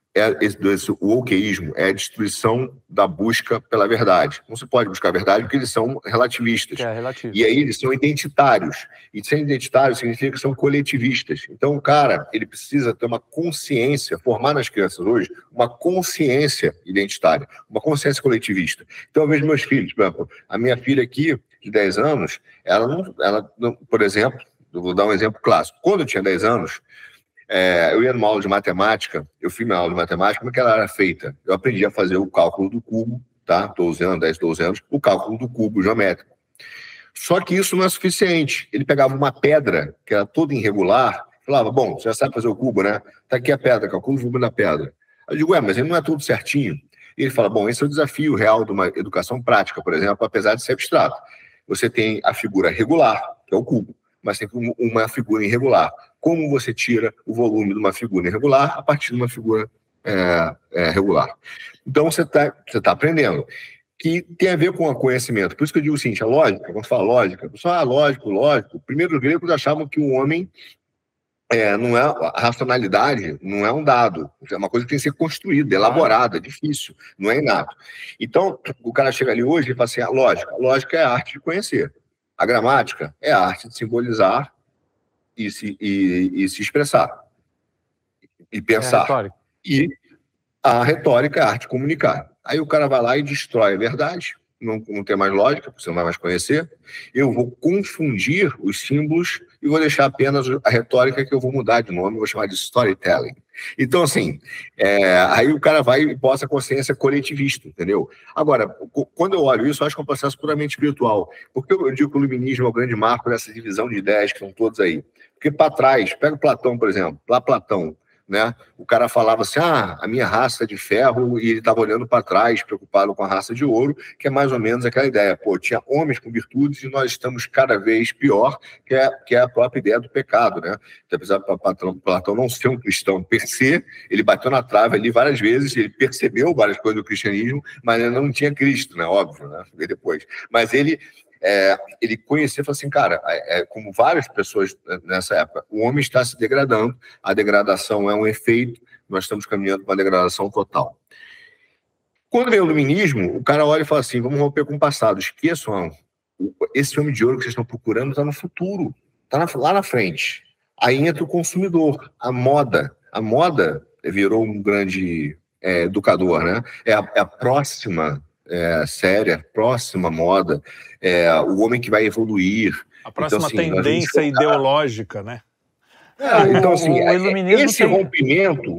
o wokeísmo é a destruição da busca pela verdade. Não se pode buscar a verdade porque eles são relativistas. E aí eles são identitários. E ser identitário significa que são coletivistas. Então o cara, ele precisa ter uma consciência, formar nas crianças hoje, uma consciência identitária, uma consciência coletivista. Então eu vejo meus filhos, por exemplo, a minha filha aqui, de 10 anos, ela não, por exemplo, eu vou dar um exemplo clássico. Quando eu tinha 10 anos, eu ia numa aula de matemática, eu fiz minha aula de matemática, como é que ela era feita? Eu aprendi a fazer o cálculo do cubo, tá? 12 anos, 10, 12 anos, o cálculo do cubo geométrico. Só que isso não é suficiente. Ele pegava uma pedra, que era toda irregular, falava, bom, você já sabe fazer o cubo, né? Tá aqui a pedra, calcula o volume da pedra. Eu digo, mas ele não é tudo certinho. E ele fala, bom, esse é o desafio real de uma educação prática, por exemplo, apesar de ser abstrato. Você tem a figura regular, que é o cubo, mas tem uma figura irregular. Como você tira o volume de uma figura irregular a partir de uma figura regular? Então, você tá aprendendo. que tem a ver com o conhecimento. Por isso que eu digo o seguinte, a lógica, quando fala lógica, o pessoal, lógico. Primeiro, os gregos achavam que o homem não é, a racionalidade não é um dado, é uma coisa que tem que ser construída, elaborada, difícil, não é inato. Então, o cara chega ali hoje e fala assim, a lógica é a arte de conhecer, a gramática é a arte de simbolizar e se expressar, e pensar. E a retórica é a arte de comunicar. Aí o cara vai lá e destrói a verdade, não tem mais lógica, você não vai mais conhecer. Eu vou confundir os símbolos e vou deixar apenas a retórica, que eu vou mudar de nome, vou chamar de storytelling. Então, assim, aí o cara vai e posta a consciência coletivista, entendeu? Agora, quando eu olho isso, eu acho que é um processo puramente espiritual. Porque eu digo que o iluminismo é o grande marco dessa divisão de ideias que estão todos aí. Porque para trás, pega o Platão, por exemplo, lá Platão, né? O cara falava assim, a minha raça é de ferro, e ele estava olhando para trás, preocupado com a raça de ouro, que é mais ou menos aquela ideia. Pô, tinha homens com virtudes e nós estamos cada vez pior, que é a própria ideia do pecado, né? Então, apesar de Platão não ser um cristão per se, ele bateu na trave ali várias vezes, ele percebeu várias coisas do cristianismo, mas ele não tinha Cristo, né? Óbvio, né? Depois. Mas ele conhecia e falou assim, cara, como várias pessoas nessa época, o homem está se degradando, a degradação é um efeito, nós estamos caminhando para uma degradação total. Quando vem o iluminismo, o cara olha e fala assim, vamos romper com o passado, esqueçam, esse homem de ouro que vocês estão procurando está no futuro, está lá na frente. Aí entra o consumidor, a moda virou um grande educador, né? É a próxima séria, próxima moda, o homem que vai evoluir. A próxima então, assim, tendência ideológica, né? Então, assim, esse rompimento,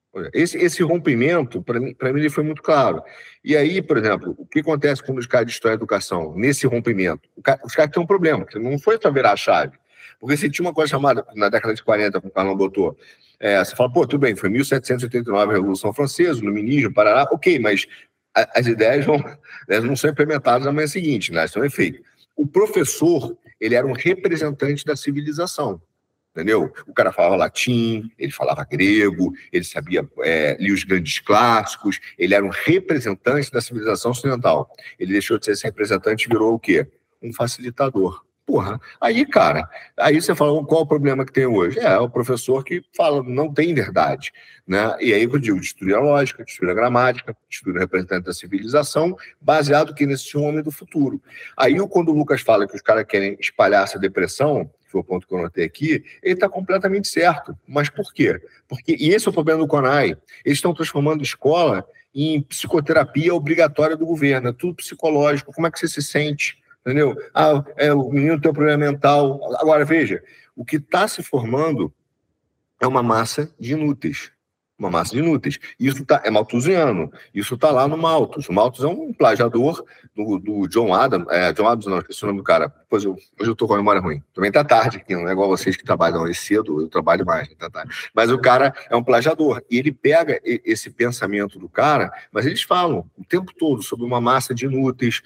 para mim, ele foi muito claro. E aí, por exemplo, o que acontece quando os caras destroem a educação? Nesse rompimento, os caras têm um problema, que não foi só virar a chave. Porque você tinha uma coisa chamada, na década de 40, como o Carlão botou, você fala, pô, tudo bem, foi 1789 a Revolução Francesa, o iluminismo, parará, ok, mas as ideias não são implementadas na manhã seguinte, né? São efeitos. O professor, ele era um representante da civilização, entendeu? O cara falava latim, ele falava grego, ele sabia ler os grandes clássicos, ele era um representante da civilização ocidental. Ele deixou de ser esse representante e virou o quê? Um facilitador. Porra, aí, cara, aí você fala, qual o problema que tem hoje? O professor que fala, não tem verdade, né? E aí eu digo, destruir a lógica, destruir a gramática, destruir o representante da civilização, baseado que nesse homem do futuro. Aí, quando o Lucas fala que os caras querem espalhar essa depressão, que foi o ponto que eu notei aqui, ele está completamente certo. Mas por quê? E esse é o problema do CONAI. Eles estão transformando a escola em psicoterapia obrigatória do governo, é tudo psicológico. Como é que você se sente? Entendeu? O menino tem um problema mental. Agora, veja, o que está se formando é uma massa de inúteis. Uma massa de inúteis. Isso é malthusiano. Isso está lá no Malthus. O Malthus é um plagiador do John Adams. John Adams não, esqueci o nome do cara. Hoje eu estou com a memória ruim. Também tá tarde aqui, não é igual vocês que trabalham aí cedo, eu trabalho mais, tá tarde. Mas o cara é um plagiador. E ele pega esse pensamento do cara, mas eles falam o tempo todo sobre uma massa de inúteis.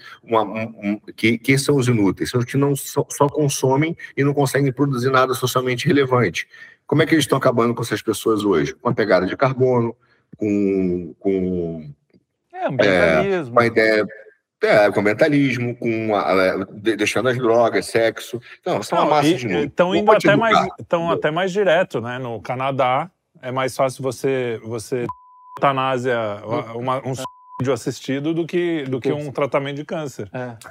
Quem são os inúteis? São os que não só consomem e não conseguem produzir nada socialmente relevante. Como é que eles estão acabando com essas pessoas hoje? Com a pegada de carbono, com ambientalismo. Com a ideia, com ambientalismo, deixando as drogas, sexo. Não, são uma massa de novo. Estão indo até mais direto, né? No Canadá é mais fácil você eutanásia, um suicídio assistido do que um tratamento de câncer.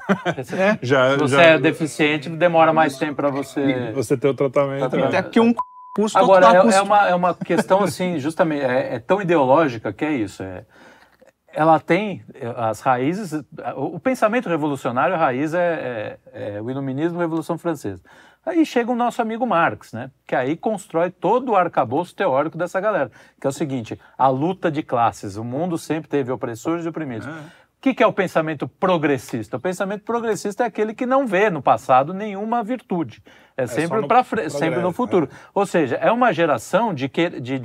Se você é deficiente, demora mais tempo para você ter o tratamento. Até que custo. Agora, é uma questão assim, justamente, é tão ideológica que é isso. Ela tem as raízes, o pensamento revolucionário, a raiz é o iluminismo e a Revolução Francesa. Aí chega o nosso amigo Marx, né? Que aí constrói todo o arcabouço teórico dessa galera. Que é o seguinte, a luta de classes. O mundo sempre teve opressores e oprimidos. O que é o pensamento progressista? O pensamento progressista é aquele que não vê no passado nenhuma virtude. É sempre para frente, sempre no futuro. Ou seja, é uma geração de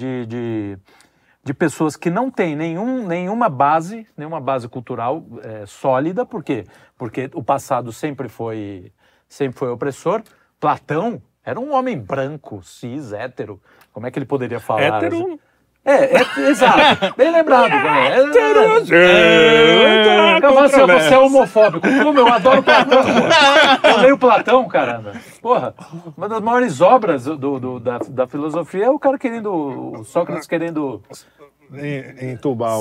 pessoas que não têm nenhuma base cultural sólida. Por quê? Porque o passado sempre foi opressor. Platão era um homem branco, cis, hétero. Como é que ele poderia falar? Hétero? Exato. Bem lembrado. assim, você é homofóbico. Como? Eu adoro Platão. Eu leio Platão, caramba. Porra, uma das maiores obras da filosofia é o cara querendo... O Sócrates querendo... Entubar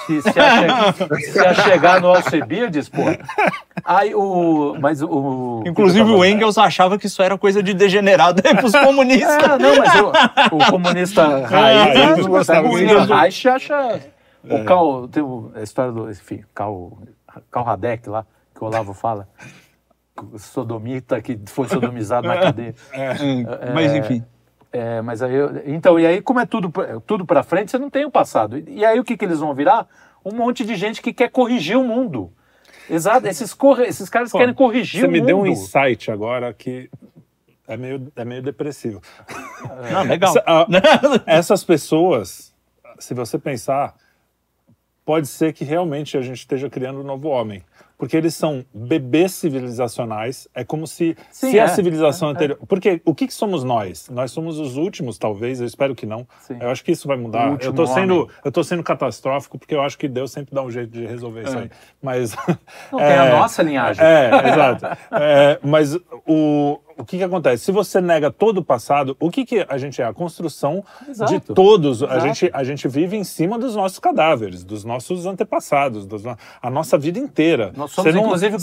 se a chegar no Alcebiades, pô. Aí Inclusive o Engels achava que isso era coisa de degenerado aí pros comunistas. Não, mas o comunista raiz, o Reich acha... O Karl, tem a história do... Enfim, Karl Radek lá, que o Olavo fala. Sodomita que foi sodomizado na cadeia. Mas enfim. Mas aí, então, e aí como é tudo para frente, você não tem o passado. E aí o que eles vão virar? Um monte de gente que quer corrigir o mundo. Exato, esses caras querem corrigir o mundo. Você me deu um insight agora que é meio depressivo. Não, legal. Essas pessoas, se você pensar, pode ser que realmente a gente esteja criando um novo homem. Porque eles são bebês civilizacionais, é como se a civilização anterior... Porque o que somos nós? Nós somos os últimos, talvez, eu espero que não. Sim. Eu acho que isso vai mudar. Eu tô sendo catastrófico, porque eu acho que Deus sempre dá um jeito de resolver isso aí. Mas... Não, tem a nossa linhagem. Exato. Mas o que acontece? Se você nega todo o passado, o que a gente é? A construção de todos. A gente vive em cima dos nossos cadáveres, dos nossos antepassados, a nossa vida inteira. Nós somos, inclusive,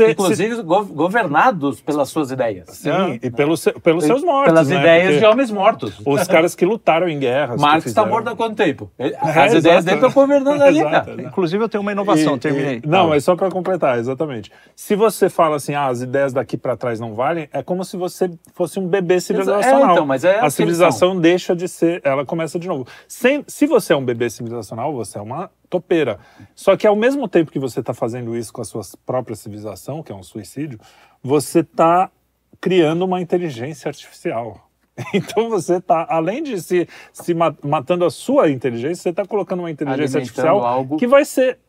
governados pelas suas ideias. Sim, e pelos seus mortos. Pelas ideias de homens mortos. Os caras que lutaram em guerras. Marx está morto há quanto tempo? As ideias dele estão governando ali, cara. Inclusive, eu tenho uma inovação, terminei. Não, mas só para completar, exatamente. Se você fala assim, as ideias daqui para trás não valem, é como se você fosse um bebê civilizacional. Então, mas a civilização deixa de ser, ela começa de novo. Se você é um bebê civilizacional, você é uma topeira. Só que ao mesmo tempo que você está fazendo isso com a sua própria civilização, que é um suicídio, você está criando uma inteligência artificial. Então você está, além de se matando a sua inteligência, você está colocando uma inteligência artificial que vai ser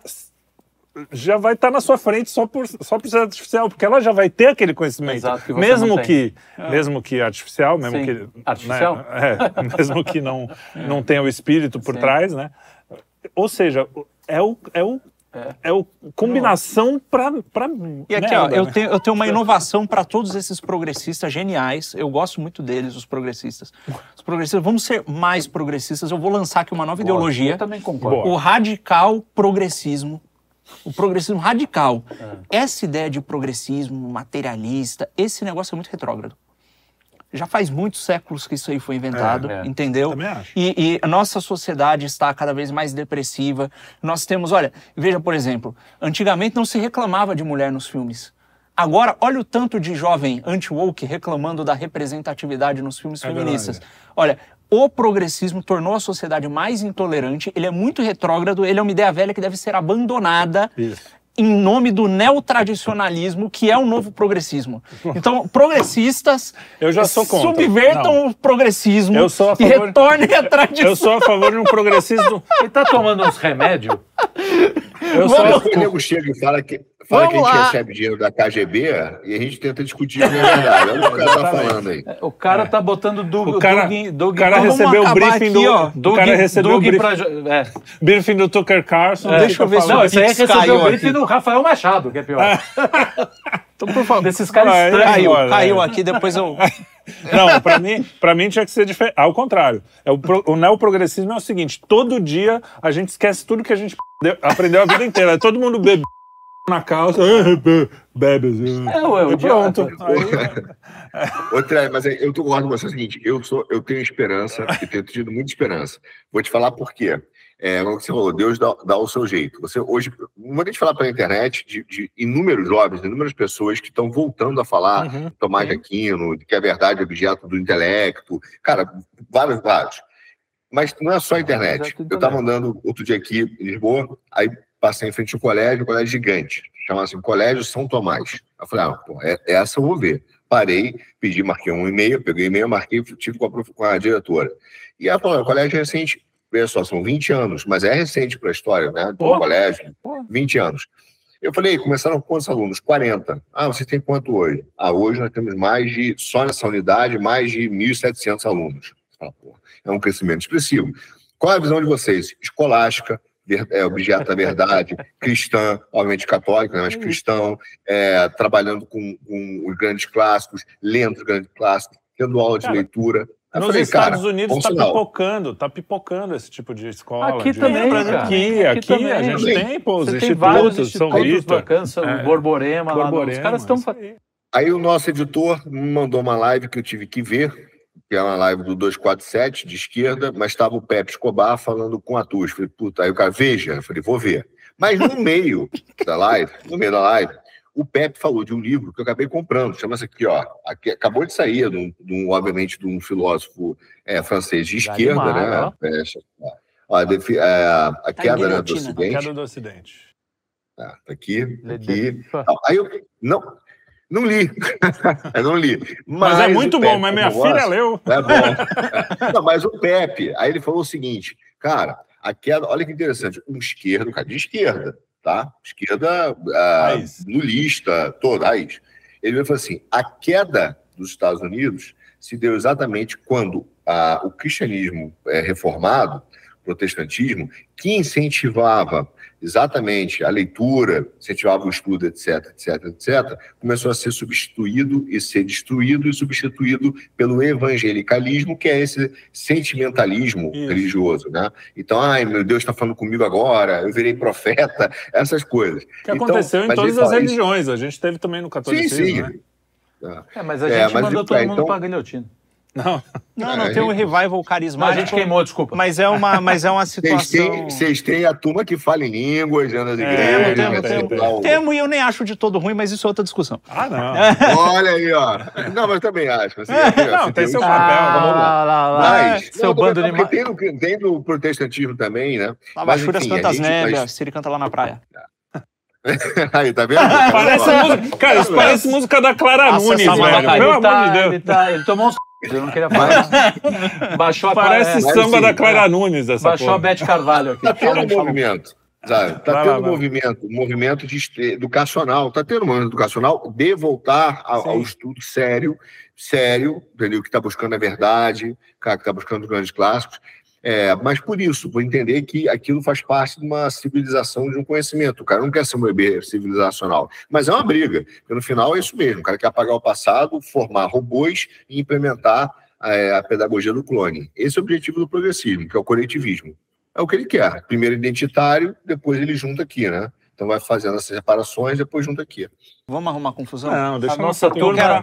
já vai estar na sua frente só por ser artificial, porque ela já vai ter aquele conhecimento. Exato, que você mesmo que artificial, mesmo que artificial, né, mesmo que não tenha o espírito por trás, né? Ou seja, é o combinação para E aqui, ó, eu tenho uma inovação para todos esses progressistas geniais. Eu gosto muito deles, os progressistas. Os progressistas, vamos ser mais progressistas. Eu vou lançar aqui uma nova ideologia. Eu também concordo. O radical progressismo. O progressismo radical. Essa ideia de progressismo materialista, esse negócio é muito retrógrado. Já faz muitos séculos que isso aí foi inventado, entendeu? Também acho. E a nossa sociedade está cada vez mais depressiva. Nós temos, olha, veja, por exemplo, antigamente não se reclamava de mulher nos filmes. Agora, olha o tanto de jovem anti-woke reclamando da representatividade nos filmes feministas. Verdade. Olha, o progressismo tornou a sociedade mais intolerante, ele é muito retrógrado, ele é uma ideia velha que deve ser abandonada. Isso. Em nome do neotradicionalismo, que é o novo progressismo. Então, progressistas eu já sou contra. Subvertam o progressismo e retornem à tradição. Eu sou a favor de um progressismo... Ele tá tomando uns remédios? O nego chega e fala que a gente recebe dinheiro da KGB e a gente tenta discutir a verdade. Olha o que o cara tá falando aí. O cara tá botando O cara recebeu o briefing briefing do Tucker Carlson. Deixa eu ver se não, esse aí recebeu o briefing do Rafael Machado, que é pior. Então, por favor. Desses caras estranhos. Caiu aqui, depois eu... Não, pra mim tinha que ser diferente. Ao contrário. O neoprogressismo é o seguinte, todo dia a gente esquece tudo que a gente aprendeu a vida inteira. Todo mundo bebe na calça, bebe. Pronto. Outra, mas eu concordo com você, é o seguinte, eu tenho esperança e tenho tido muita esperança. Vou te falar por quê. Como você falou, Deus dá o seu jeito. Você hoje, muita gente fala pela internet de inúmeros jovens, inúmeras pessoas que estão voltando a falar, Tomás de Aquino, que a verdade é objeto do intelecto, cara, vários. Mas não é só a internet. Eu estava andando outro dia aqui em Lisboa, aí passei em frente ao colégio, um colégio gigante, chamava assim Colégio São Tomás. Eu falei, essa eu vou ver. Parei, marquei um e-mail, peguei o e-mail, marquei, tive com a diretora. E ela falou, o colégio é recente, veja só, são 20 anos, mas é recente para a história, né? Do colégio, 20 anos. Eu falei, começaram com quantos alunos? 40. Você tem quanto hoje? Hoje nós temos só nessa unidade, mais de 1.700 alunos. É um crescimento expressivo. Qual é a visão de vocês? Escolástica, objeto da verdade, cristã, obviamente católica, né, mas cristão, trabalhando com os grandes clássicos, lendo os grandes clássicos, tendo aula de leitura. Nos Estados Unidos tá pipocando esse tipo de escola. Aqui também, cara. Aqui também. A gente tem, pô, os institutos, São Rita. O Borborema, lá, os caras estão fazendo. Aí o nosso editor me mandou uma live que eu tive que ver, que é uma live do 247, de esquerda, mas estava o Pepe Escobar falando com a Tuz. Falei, puta, aí o cara, veja. Eu falei, vou ver. Mas no meio da live, o Pepe falou de um livro que eu acabei comprando, chama-se aqui, ó, acabou de sair, obviamente, de um filósofo francês de esquerda, né? A Queda, né, do Ocidente. A Queda do Ocidente. Tá aqui. Aí eu não li. Eu não li. Mas é muito bom, mas minha filha leu. É bom. Não, mas o Pepe, aí ele falou o seguinte, cara, a queda, olha que interessante, um esquerdo, cara de esquerda, tá? Esquerda lulista, toda, raiz. Ele falou assim, a queda dos Estados Unidos se deu exatamente quando o cristianismo reformado, o protestantismo, que incentivava exatamente a leitura, incentivava o estudo, etc, começou a ser substituído e ser destruído e substituído pelo evangelicalismo, que é esse sentimentalismo religioso, né? Então, ai, meu Deus está falando comigo agora, eu virei profeta, essas coisas. Que aconteceu em todas as religiões, a gente teve também no catolicismo, sim. Né? Mas a gente mandou todo mundo para a guilhotina. Não, tem um revival carismático. A gente queimou, desculpa. Mas é uma situação... Vocês têm a turma que fala em línguas, nas igrejas. Temos, e eu nem acho de todo ruim, mas isso é outra discussão. Não. Olha aí, ó. Não, mas também acho. Assim, tem seu papel. Mas, seu bando de... Tem no protestantismo também, né? Lavachuras canta as nébias, Siri canta lá na praia. Aí, tá vendo? Parece música... Cara, isso parece música da Clara Nunes, velho. Pelo amor de Deus. Ele tomou uns... Eu não queria falar. Baixou Parece samba da Clara Nunes, essa Baixou a Beth Carvalho aqui. Tá tendo um movimento, sabe? Tá tendo um movimento educacional. Tá tendo um movimento educacional de voltar ao estudo sério, entendeu? Que está buscando a verdade, que está buscando os grandes clássicos. Mas por isso, por entender que aquilo faz parte de uma civilização, de um conhecimento. O cara não quer ser um bebê civilizacional, mas é uma briga, porque no final é isso mesmo. O cara quer apagar o passado, formar robôs e implementar a pedagogia do clone. Esse é o objetivo do progressismo, que é o coletivismo. É o que ele quer. Primeiro identitário, depois ele junta aqui, né? Então vai fazendo essas separações, depois junta aqui. Vamos arrumar confusão? Não, deixa a nossa turma...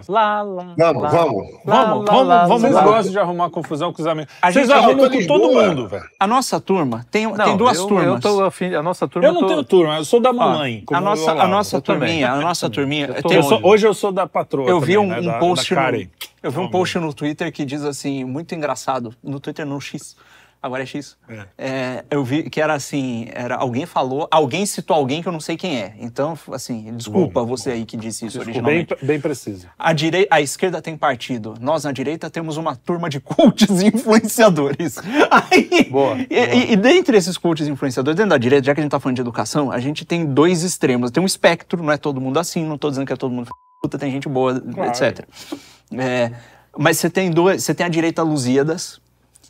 Vamos. Vocês gostam de arrumar confusão com os amigos. Vocês arrumam com todo mundo, velho. A nossa turma tem duas turmas. A nossa turma... Eu não tenho turma, eu sou da mamãe. A nossa turminha... Hoje eu sou da patroa. Eu vi um post... Eu vi um post no Twitter que diz assim, muito engraçado. No Twitter, no X... Agora é X. Eu vi que era assim, alguém citou alguém que eu não sei quem é. Então, assim, desculpa você aí que disse isso originalmente. Bem preciso. A esquerda tem partido. Nós, na direita, temos uma turma de coaches influenciadores. Boa. E dentre esses coaches influenciadores, dentro da direita, já que a gente tá falando de educação, a gente tem dois extremos. Tem um espectro, não é todo mundo assim, não tô dizendo que é todo mundo puta, tem gente boa, claro. Etc. Mas você tem a direita Lusíadas,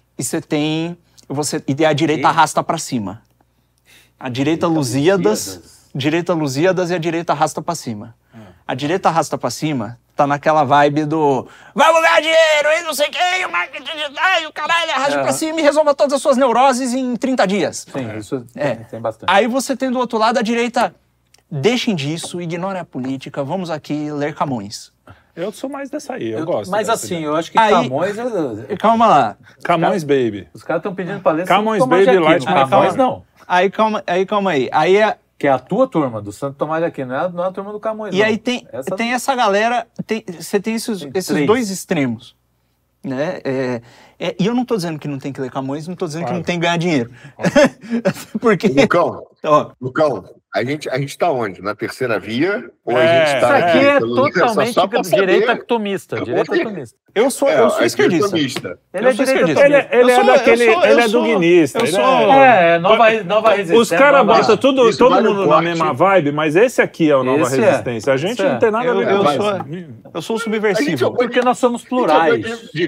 e a direita arrasta pra cima. A direita Lusíadas e a direita arrasta pra cima. A direita arrasta pra cima tá naquela vibe do vamos ganhar dinheiro, e não sei o que, o marketing digital, e o caralho, arrasta pra cima e resolva todas as suas neuroses em 30 dias. Sim, isso tem bastante. Aí você tem do outro lado a direita, deixem disso, ignorem a política, vamos aqui ler Camões. Eu sou mais dessa aí, eu gosto. Mas assim, eu acho que Camões... Calma lá. Camões Baby. Os caras estão pedindo pra ler... Camões Baby Light Camões não. Aí calma aí. Aí que é a tua turma, do Santo Tomás de Aquino, não é a turma do Camões. E aí tem essa galera... Você tem esses dois extremos. Né? E eu não tô dizendo que não tem que ler Camões, não tô dizendo que não tem que ganhar dinheiro. Porque... Lucão, a gente tá onde? Na terceira via? Ou a gente tá... Isso aqui é totalmente direita atomista. Eu sou esquerdista. Ele é direita. Ele é duguinista. Nova resistência. Os caras botam todo mundo na mesma vibe, mas esse aqui é o Nova Resistência. A gente não tem nada a ver com isso. Eu sou subversivo. Porque nós somos plurais.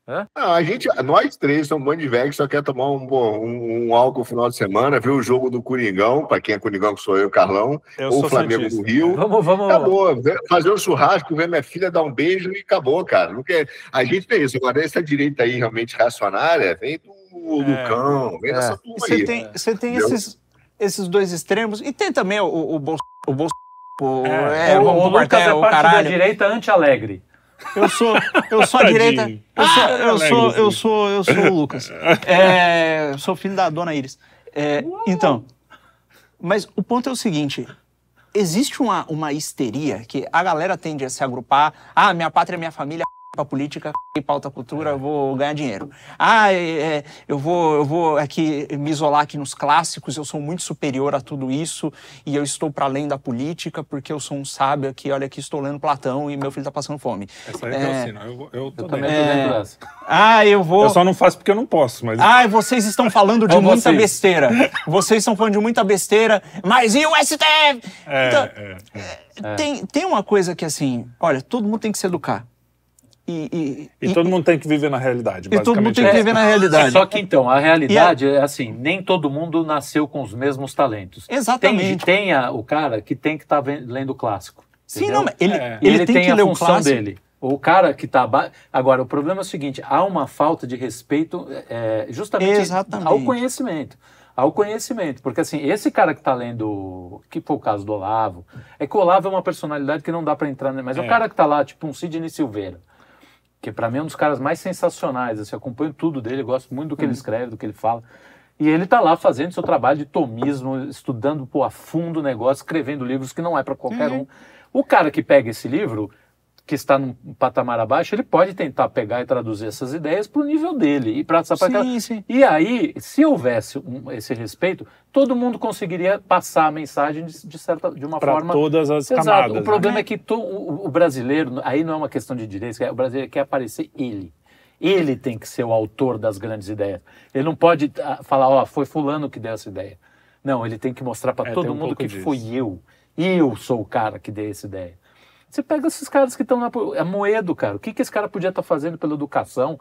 Nós três somos um bando de velho que só quer tomar um álcool no final de semana, ver o jogo do Coringão, para quem é Coringão, que sou eu, Carlão, ou o Flamengo do Rio. Vamos. Acabou. Fazer um churrasco, ver minha filha dar um beijo e acabou, cara. Não quer... A gente tem isso. Agora, essa direita aí realmente reacionária vem do Lucão, vem dessa turma aí. Você tem esses dois extremos, e tem também o Bolsonaro. O Lucas é parte da direita anti-alegre. Eu sou a direita. Eu sou o Lucas. Eu sou filho da dona Iris. Então, mas o ponto é o seguinte: existe uma histeria que a galera tende a se agrupar. Minha pátria é minha família, pra política, pra alta cultura, eu vou ganhar dinheiro. Eu vou aqui me isolar aqui nos clássicos, eu sou muito superior a tudo isso e eu estou para além da política porque eu sou um sábio aqui, olha aqui, estou lendo Platão e meu filho tá passando fome. Essa aí eu assino, eu também tô dentro dessa. Eu só não faço porque eu não posso, mas... vocês estão falando de muita besteira. Vocês estão falando de muita besteira, mas e o STF? Tem uma coisa que assim, olha, todo mundo tem que se educar. E todo mundo tem que viver na realidade, basicamente. E todo mundo tem que viver na realidade. Só que, então, a realidade é assim, nem todo mundo nasceu com os mesmos talentos. Exatamente. Tem o cara que tem que estar lendo o clássico. Sim, não, ele tem que ler o clássico dele. O cara que está... Agora, o problema é o seguinte, há uma falta de respeito justamente ao conhecimento. Ao conhecimento, porque assim, esse cara que está lendo, que foi o caso do Olavo, é que o Olavo é uma personalidade que não dá para entrar, mas o cara que está lá, tipo um Sidney Silveira, que para mim é um dos caras mais sensacionais, assim, eu acompanho tudo dele, eu gosto muito do que ele escreve, do que ele fala, e ele tá lá fazendo seu trabalho de tomismo, estudando a fundo o negócio, escrevendo livros que não é para qualquer um. O cara que pega esse livro, que está num patamar abaixo, ele pode tentar pegar e traduzir essas ideias para o nível dele. E aí, se houvesse esse respeito, todo mundo conseguiria passar a mensagem de uma forma... Para todas as camadas. O problema é que o brasileiro, aí não é uma questão de direitos, o brasileiro quer aparecer ele. Ele tem que ser o autor das grandes ideias. Ele não pode falar, foi fulano que deu essa ideia. Não, ele tem que mostrar para todo mundo que foi eu. Eu sou o cara que dei essa ideia. Você pega esses caras que estão na... Amoedo, cara. O que esse cara podia estar fazendo pela educação,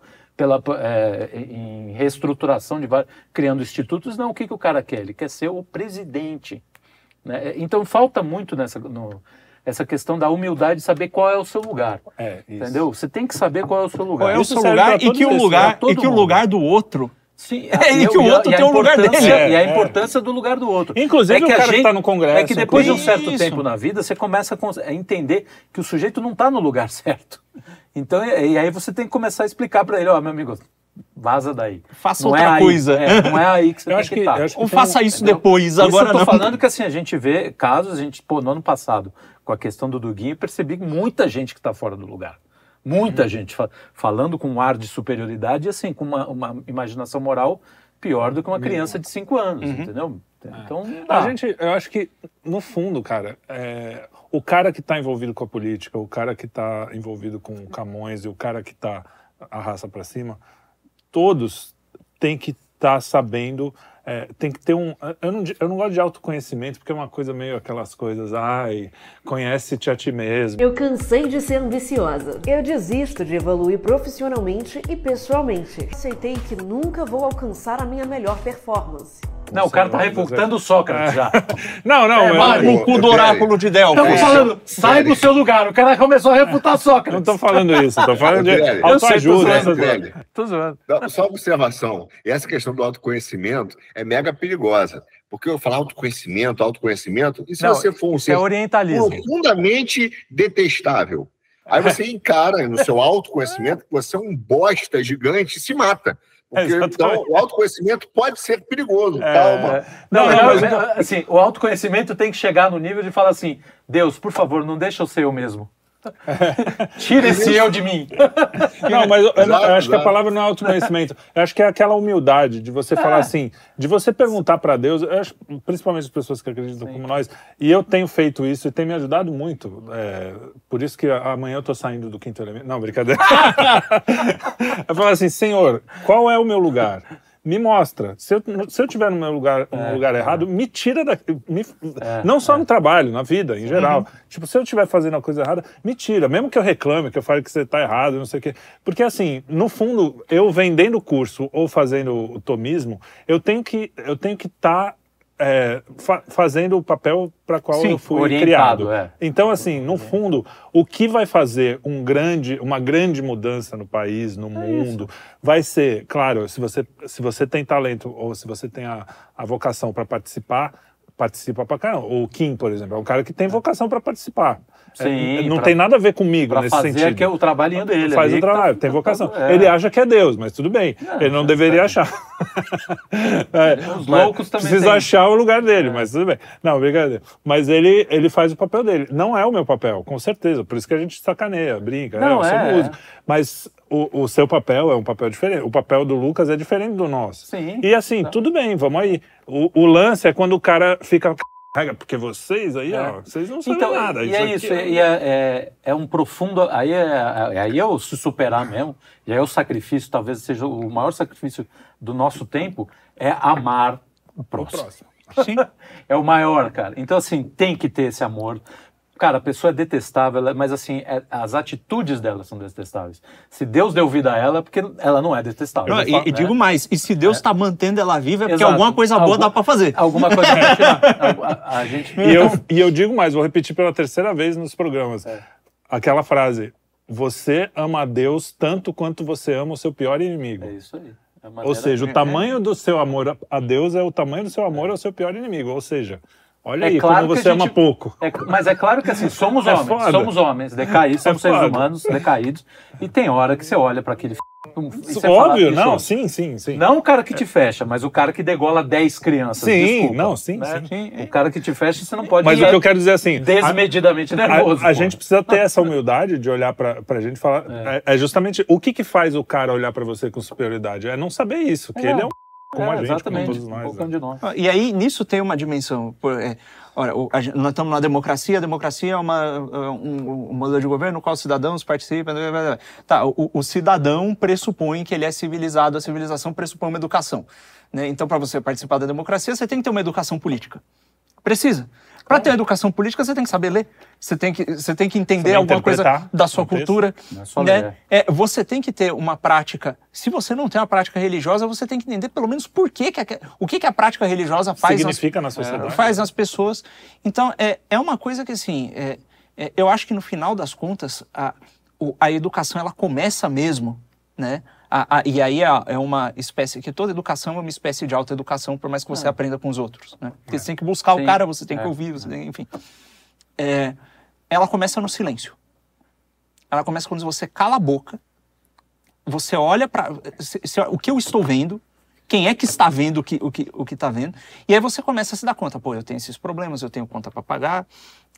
em reestruturação de vários... criando institutos? Não, o que o cara quer? Ele quer ser o presidente. Né? Então, falta muito essa questão da humildade de saber qual é o seu lugar. Entendeu? Você tem que saber qual é o seu lugar. Qual é o seu lugar e que o lugar do outro... Sim, e que o outro tem o lugar dele. E a importância do lugar do outro. Inclusive o cara que está no Congresso. É que depois de um certo tempo na vida, você começa a entender que o sujeito não está no lugar certo. Então, e aí você tem que começar a explicar para ele, meu amigo, vaza daí. Faça outra coisa. Não é aí que você tem que estar. Ou faça isso depois, agora não. Eu tô falando que assim, a gente vê casos, no ano passado, com a questão do Duguinho, percebi muita gente que está fora do lugar. Muita gente falando com um ar de superioridade e assim, com uma imaginação moral pior do que uma criança de 5 anos, entendeu? Então, eu acho que, no fundo, cara, o cara que está envolvido com a política, o cara que está envolvido com o Camões e o cara que está a raça para cima, todos têm que estar sabendo... tem que ter eu não gosto de autoconhecimento, porque é uma coisa meio aquelas coisas, conhece-te a ti mesmo. Eu cansei de ser ambiciosa. Eu desisto de evoluir profissionalmente e pessoalmente. Aceitei que nunca vou alcançar a minha melhor performance. Não, o cara tá refutando o Sócrates já. Não, no cu do oráculo de Delfos. Estamos falando, saiba o seu lugar. O cara começou a refutar Sócrates. Não tô falando isso, tô falando de autoajuda. Tô zoando. Só uma observação. Essa questão do autoconhecimento é mega perigosa. Porque eu falar autoconhecimento, e se você for um ser profundamente detestável, aí você encara no seu autoconhecimento que você é um bosta gigante e se mata. Porque então, o autoconhecimento pode ser perigoso. Calma. Assim, o autoconhecimento tem que chegar no nível de falar assim, Deus, por favor, não deixa eu ser eu mesmo. Tira esse eu de mim. Não, mas eu acho que a palavra não é autoconhecimento. Eu acho que é aquela humildade de você falar assim, de você perguntar para Deus, eu acho, principalmente as pessoas que acreditam como nós, e eu tenho feito isso e tem me ajudado muito. Por isso que amanhã eu tô saindo do Quinto Elemento. Não, brincadeira. Eu falo assim, Senhor, qual é o meu lugar? me mostra. Se eu tiver no meu lugar, no lugar errado, me tira daqui. Não só no trabalho, na vida, em geral. Tipo, se eu estiver fazendo a coisa errada, me tira. Mesmo que eu reclame, que eu fale que você tá errado, não sei o quê. Porque, assim, no fundo, eu vendendo o curso ou fazendo o tomismo, eu tenho que estar fazendo o papel para qual eu fui orientado, criado. Então, assim, no fundo, o que vai fazer uma grande mudança no país, no mundo, vai ser, claro, se você tem talento ou se você tem a vocação para participa pra caramba. O Kim, por exemplo, é um cara que tem vocação para participar. Sim, não tem nada a ver comigo nesse sentido. Para fazer que é o trabalhinho dele. Faz o trabalho, tem vocação. Ele acha que é Deus, mas tudo bem. Ele não deveria achar. Os loucos também precisa achar o lugar dele, mas tudo bem. Não, brincadeira. Mas ele faz o papel dele. Não é o meu papel, com certeza. Por isso que a gente sacaneia, brinca. Eu sou músico. Mas o seu papel é um papel diferente. O papel do Lucas é diferente do nosso. Sim. E assim, tudo bem, vamos aí. O lance é quando o cara fica... Porque vocês aí, vocês não sabem nada. E é um profundo... Aí é o se superar mesmo. E aí o sacrifício, talvez seja o maior sacrifício do nosso tempo, é amar o próximo. Sim. É o maior, cara. Então, assim, tem que ter esse amor. Cara, a pessoa é detestável, mas assim, as atitudes dela são detestáveis. Se Deus deu vida a ela, é porque ela não é detestável. E digo mais, e se Deus está mantendo ela viva, é porque alguma coisa boa dá para fazer. Alguma coisa a gente... E eu digo mais, vou repetir pela terceira vez nos programas. Aquela frase, você ama a Deus tanto quanto você ama o seu pior inimigo. É isso aí. Ou seja, o tamanho do seu amor a Deus é o tamanho do seu amor ao seu pior inimigo. Ou seja... Olha aí, claro como você ama pouco. Mas é claro que assim, somos homens decaídos, somos seres humanos decaídos, e tem hora que você olha para aquele óbvio, não, sim. Não o cara que te fecha, mas o cara que degola 10 crianças, sim. O cara que te fecha, você não pode... Mas o que eu quero dizer assim... Desmedidamente nervoso. A gente precisa ter essa humildade de olhar pra gente e falar... É justamente o que faz o cara olhar pra você com superioridade? É não saber isso, que ele é um... Como a gente, exatamente, como todos nós. de nós. E aí, nisso tem uma dimensão. Nós estamos na democracia, a democracia é um modelo de governo no qual os cidadãos participam. Tá, o cidadão pressupõe que ele é civilizado, a civilização pressupõe uma educação. Né? Então, para você participar da democracia, você tem que ter uma educação política. Precisa. Para ter uma educação política, você tem que saber ler. Você tem que entender alguma coisa da sua cultura. Não é só ler. Você tem que ter uma prática. Se você não tem uma prática religiosa, você tem que entender pelo menos o que a prática religiosa faz significa na sociedade. Faz nas pessoas. Então, é uma coisa que, assim, eu acho que no final das contas, a educação ela começa mesmo, né? E aí é uma espécie, que toda educação é uma espécie de autoeducação, por mais que você aprenda com os outros, né? Porque você tem que buscar o cara, você tem que ouvir, enfim. Ela começa no silêncio. Ela começa quando você cala a boca, você olha para o que eu estou vendo, quem é que está vendo o que está vendo, e aí você começa a se dar conta, eu tenho esses problemas, eu tenho conta para pagar,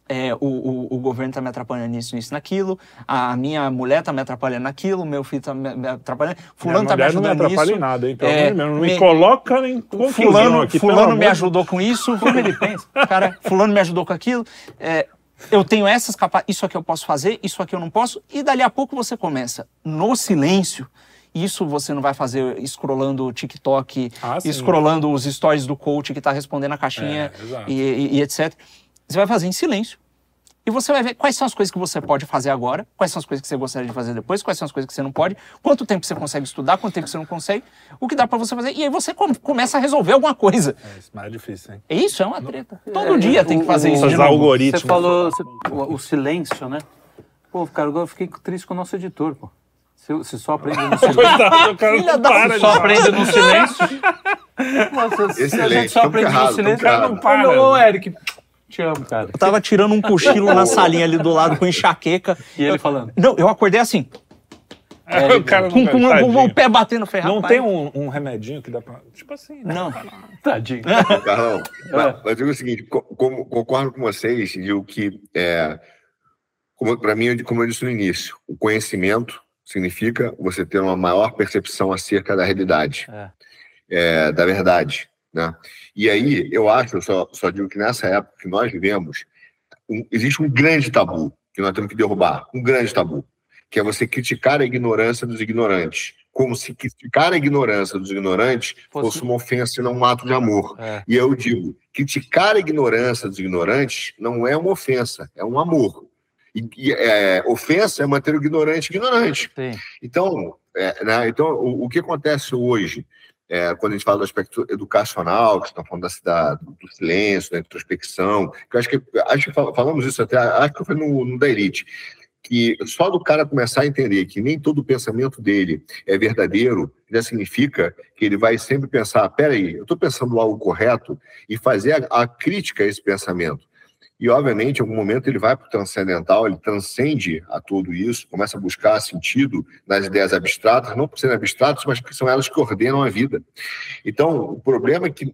o governo está me atrapalhando nisso, naquilo, a minha mulher está me atrapalhando naquilo, meu filho está me atrapalhando, fulano está me ajudando nisso. Não me atrapalha em nada, hein? Não me coloca em confusão aqui. Fulano me ajudou com isso, como ele pensa? Cara, fulano me ajudou com aquilo, eu tenho essas capacidades, isso aqui eu posso fazer, isso aqui eu não posso, e dali a pouco você começa, no silêncio, isso você não vai fazer scrollando o TikTok, scrollando os stories do coach que está respondendo a caixinha e etc. Você vai fazer em silêncio. E você vai ver quais são as coisas que você pode fazer agora, quais são as coisas que você gostaria de fazer depois, quais são as coisas que você não pode, quanto tempo você consegue estudar, quanto tempo você não consegue, o que dá pra você fazer. E aí você começa a resolver alguma coisa. Isso mais difícil, hein? Isso é uma treta. Todo dia tem que fazer isso de novo. Algoritmo. Você falou o silêncio, né? Pô, cara, agora eu fiquei triste com o nosso editor, pô. Você só aprende no silêncio. Coitado, o cara não para. Só aprende no silêncio. Excelente. A gente só aprende no silêncio, o cara não para. Ô, Eric... Te amo, cara. Eu tava tirando um cochilo na salinha ali do lado com enxaqueca. E ele falando? Não, eu acordei assim. O cara com o pé batendo ferrado. Não tem um remedinho que dá pra... Tipo assim, né? Não. Tadinho. Carlão, mas digo o seguinte, concordo com vocês, digo que, para mim, como eu disse no início, o conhecimento significa você ter uma maior percepção acerca da realidade, da verdade, né? E aí, eu acho, eu só digo que nessa época que nós vivemos, existe um grande tabu que nós temos que derrubar, um grande tabu, que é você criticar a ignorância dos ignorantes, como se criticar a ignorância dos ignorantes fosse uma ofensa e não um ato de amor. E eu digo, criticar a ignorância dos ignorantes não é uma ofensa, é um amor. Ofensa é manter o ignorante ignorante. Sim. Então, então o que acontece hoje, quando a gente fala do aspecto educacional, que estão falando do silêncio, da introspecção, que eu acho que falamos isso até, acho que foi no da Elite, que só do cara começar a entender que nem todo o pensamento dele é verdadeiro, já significa que ele vai sempre pensar, peraí, eu estou pensando algo correto, e fazer a crítica a esse pensamento. E, obviamente, em algum momento ele vai para o transcendental, ele transcende a tudo isso, começa a buscar sentido nas ideias abstratas, não por serem abstratas, mas que são elas que ordenam a vida. Então, o problema que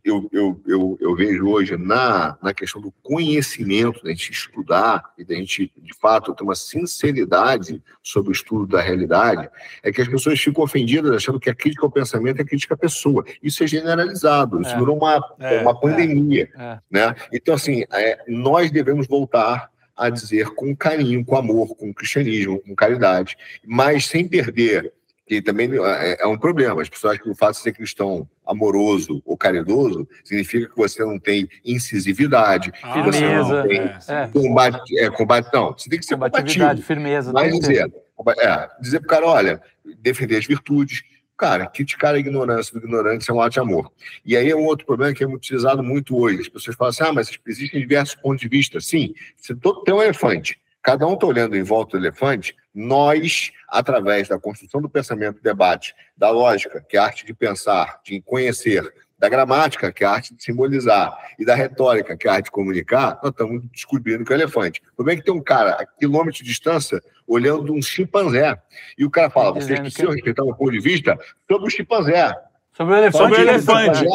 eu vejo hoje na questão do conhecimento, da gente estudar e da gente, de fato, ter uma sinceridade sobre o estudo da realidade, é que as pessoas ficam ofendidas achando que a crítica ao pensamento é crítica à pessoa. Isso é generalizado, isso virou uma pandemia. Né? Então, assim, nós devemos voltar a dizer com carinho, com amor, com cristianismo, com caridade, mas sem perder, que também é um problema. As pessoas acham que o fato de ser cristão amoroso ou caridoso significa que você não tem incisividade, que você não tem combate. Não, você tem que ser combativo. Firmeza. Mas dizer para o cara, olha, defender as virtudes. Cara, criticar a ignorância do ignorante é um ato de amor. E aí é um outro problema que é utilizado muito hoje. As pessoas falam assim, mas existem diversos pontos de vista. Sim, se tem um elefante, cada um está olhando em volta do elefante, nós, através da construção do pensamento, do debate, da lógica, que é a arte de pensar, de conhecer, da gramática, que é a arte de simbolizar, e da retórica, que é a arte de comunicar, nós estamos descobrindo que é o elefante. O problema é que tem um cara a quilômetros de distância olhando um chimpanzé. E o cara fala, vocês precisam respeitar o meu ponto de vista sobre o chimpanzé. Sobre o elefante. Sobre o elefante,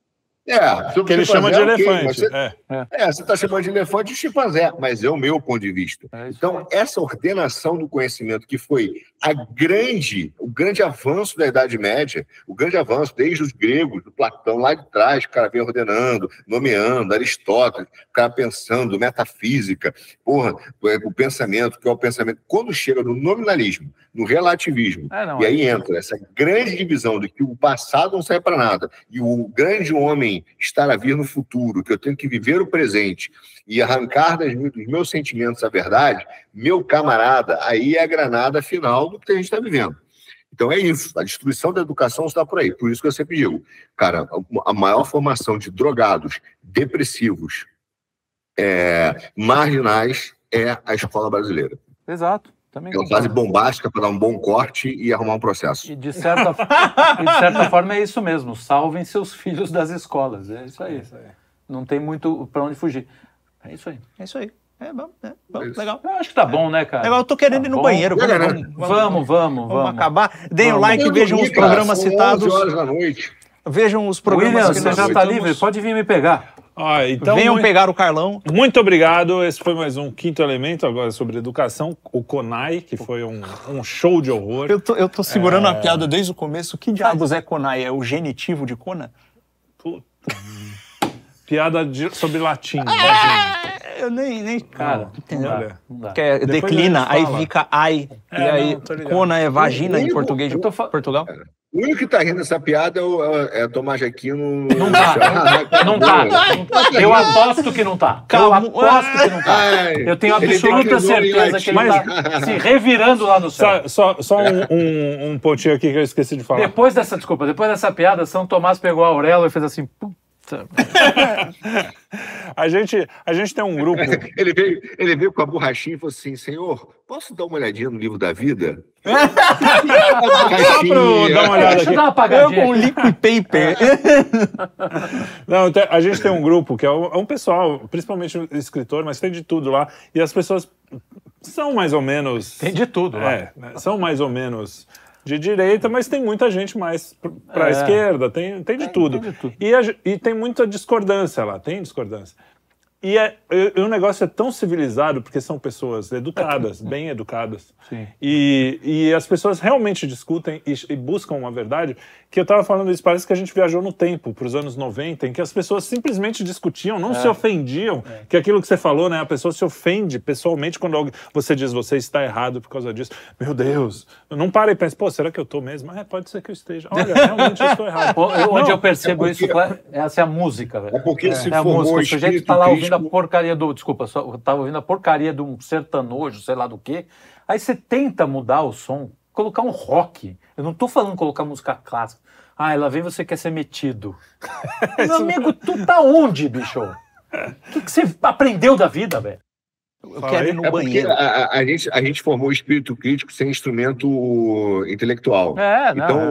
que ele chama de elefante. Você está chamando de elefante de chimpanzé, mas é o meu ponto de vista. Então, essa ordenação do conhecimento que foi o grande avanço da Idade Média, o grande avanço desde os gregos, do Platão, lá de trás, o cara vem ordenando, nomeando, Aristóteles, o cara pensando, metafísica, o pensamento, que é o pensamento. Quando chega no nominalismo, no relativismo, e aí entra essa grande divisão de que o passado não serve para nada, e o grande homem estar a vir no futuro, que eu tenho que viver o presente e arrancar dos meus sentimentos a verdade, meu camarada, aí é a granada final do que a gente está vivendo. Então é isso, a destruição da educação está por aí. Por isso que eu sempre digo, cara, a maior formação de drogados, depressivos, marginais é a escola brasileira. Exato. É uma fase bombástica para dar um bom corte e arrumar um processo. E de certa forma é isso mesmo. Salvem seus filhos das escolas. É isso aí. Não tem muito para onde fugir. É isso aí. É isso aí. É bom, legal. Eu acho que tá bom, né, cara? Legal, eu tô querendo ir no banheiro. Vamos acabar. Deem o like e vejam os programas citados. 11 horas da noite. Vejam os programas. William, você já tá livre? Pode vir me pegar. Então, venham pegar o Carlão. Muito obrigado. Esse foi mais um Quinto Elemento, agora sobre educação. O CONAI, que foi um show de horror. Eu tô segurando a piada desde o começo. Que diabos é CONAI? É o genitivo de Cona? Puta. Piada sobre latim. Eu nem... Cara, não dá. Que declina, aí fica ai. E aí, Cona é vagina em português de Portugal. O único que tá rindo dessa piada é Tomás Aquino. Não tá. Eu aposto que não tá. Eu tenho absoluta certeza que ele tá se revirando lá no céu. Só um pontinho aqui que eu esqueci de falar. Depois dessa piada, São Tomás pegou a auréola e fez assim... A gente tem um grupo. Ele veio com a borrachinha e falou assim: Senhor, posso dar uma olhadinha no livro da vida? Só pra dar uma olhada aqui. Deixa eu dar uma apagadinha. Eu com liquid paper. Não, a gente tem um grupo que é um pessoal, principalmente escritor, mas tem de tudo lá. E as pessoas são mais ou menos... Tem de tudo lá. São mais ou menos... de direita, mas tem muita gente mais para a esquerda, tem de tudo. Tem de tudo. E tem muita discordância lá, tem discordância. E o negócio é tão civilizado porque são pessoas educadas, bem educadas. Sim. E as pessoas realmente discutem e buscam uma verdade. Que eu estava falando isso, parece que a gente viajou no tempo, para os anos 90, em que as pessoas simplesmente discutiam, não se ofendiam. Que aquilo que você falou, né? A pessoa se ofende pessoalmente quando você diz, você está errado por causa disso. Meu Deus, eu não para e pensa, pô, será que eu estou mesmo? Pode ser que eu esteja. Olha, realmente eu estou errado. Onde eu percebo isso, essa é a música, velho. É porque se a formou música. O sujeito está lá Cristo. ouvindo a porcaria do... Desculpa, eu tava ouvindo a porcaria de um sertanojo, sei lá do quê. Aí você tenta mudar o som, colocar um rock. Eu não tô falando colocar música clássica. Lá vem você quer ser metido. Meu amigo, tu tá onde, bicho? O que você aprendeu da vida, velho? Eu quero ir no banheiro. A gente formou o espírito crítico sem instrumento intelectual. Então,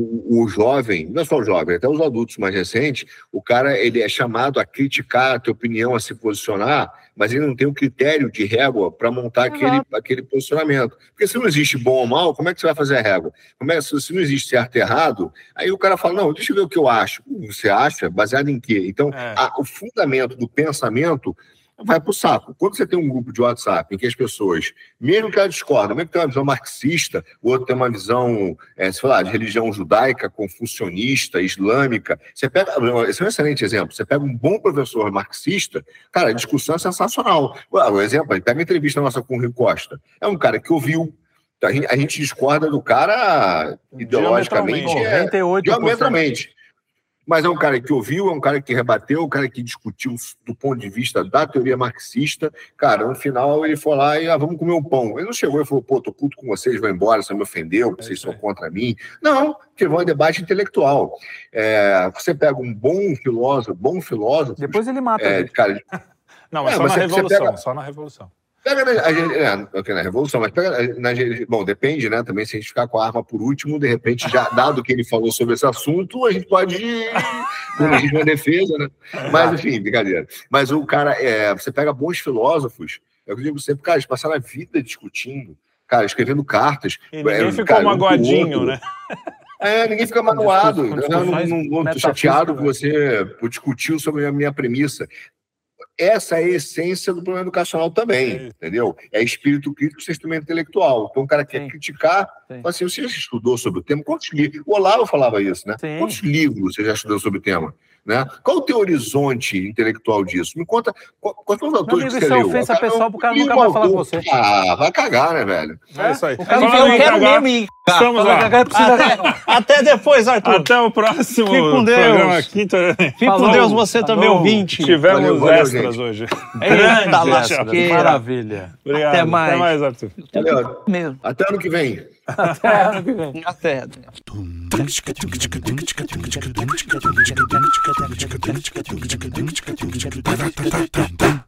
o jovem, não é só o jovem, até os adultos mais recentes, o cara ele é chamado a criticar a tua opinião, a se posicionar, mas ele não tem um critério de régua para montar aquele posicionamento. Porque se não existe bom ou mal, como é que você vai fazer a régua? Se não existe certo e errado, aí o cara fala, não, deixa eu ver o que eu acho. Você acha? Baseado em quê? Então, o fundamento do pensamento vai pro saco. Quando você tem um grupo de WhatsApp em que as pessoas, mesmo que elas discordam, mesmo que tenha uma visão marxista, o outro tem uma visão, sei lá, de religião judaica, confucionista, islâmica, esse é um excelente exemplo. Você pega um bom professor marxista, cara, a discussão é sensacional. O exemplo, pega a entrevista nossa com o Rui Costa. É um cara que ouviu, a gente discorda do cara ideologicamente, diametralmente. Mas é um cara que ouviu, é um cara que rebateu, um cara que discutiu do ponto de vista da teoria marxista. Cara, no final ele foi lá e vamos comer um pão. Ele não chegou e falou, pô, tô puto com vocês, vou embora, você me ofendeu, vocês são contra mim. Não, porque vai um debate intelectual. Você pega um bom filósofo... Depois ele mata. Cara, não, mas só na Revolução. Pega na Revolução, mas pega bom, depende, né? Também se a gente ficar com a arma por último, de repente, já dado que ele falou sobre esse assunto, a gente pode dirigir uma defesa, né? Mas, enfim, brincadeira. Mas o cara, você pega bons filósofos, eu digo sempre, cara, eles passaram a vida discutindo, cara, escrevendo cartas. E ninguém ficou magoadinho, né? Ninguém fica magoado. Eu não tô chateado que você discutiu sobre a minha premissa. Essa é a essência do problema educacional também, entendeu? É espírito crítico sem instrumento intelectual. Então o cara quer criticar, fala assim, você já estudou sobre o tema? Quantos livros? O Olavo falava isso, né? Quantos livros você já estudou sobre o tema? Né? Qual o teu horizonte intelectual disso? Me conta, quais são os autores que você leu? Ofensa pessoal pro cara nunca vai falar com você. Vai cagar, né, velho? É isso aí. O cara eu quero mesmo ir. Estamos lá. Até depois, Arthur. Até o próximo Fique com Deus. programa. Fique com Deus, você também, ouvinte. Tivemos extras hoje. Eita, lasqueira. Maravilha. Obrigado. Até mais, Arthur. Mesmo. Até ano que vem. Até.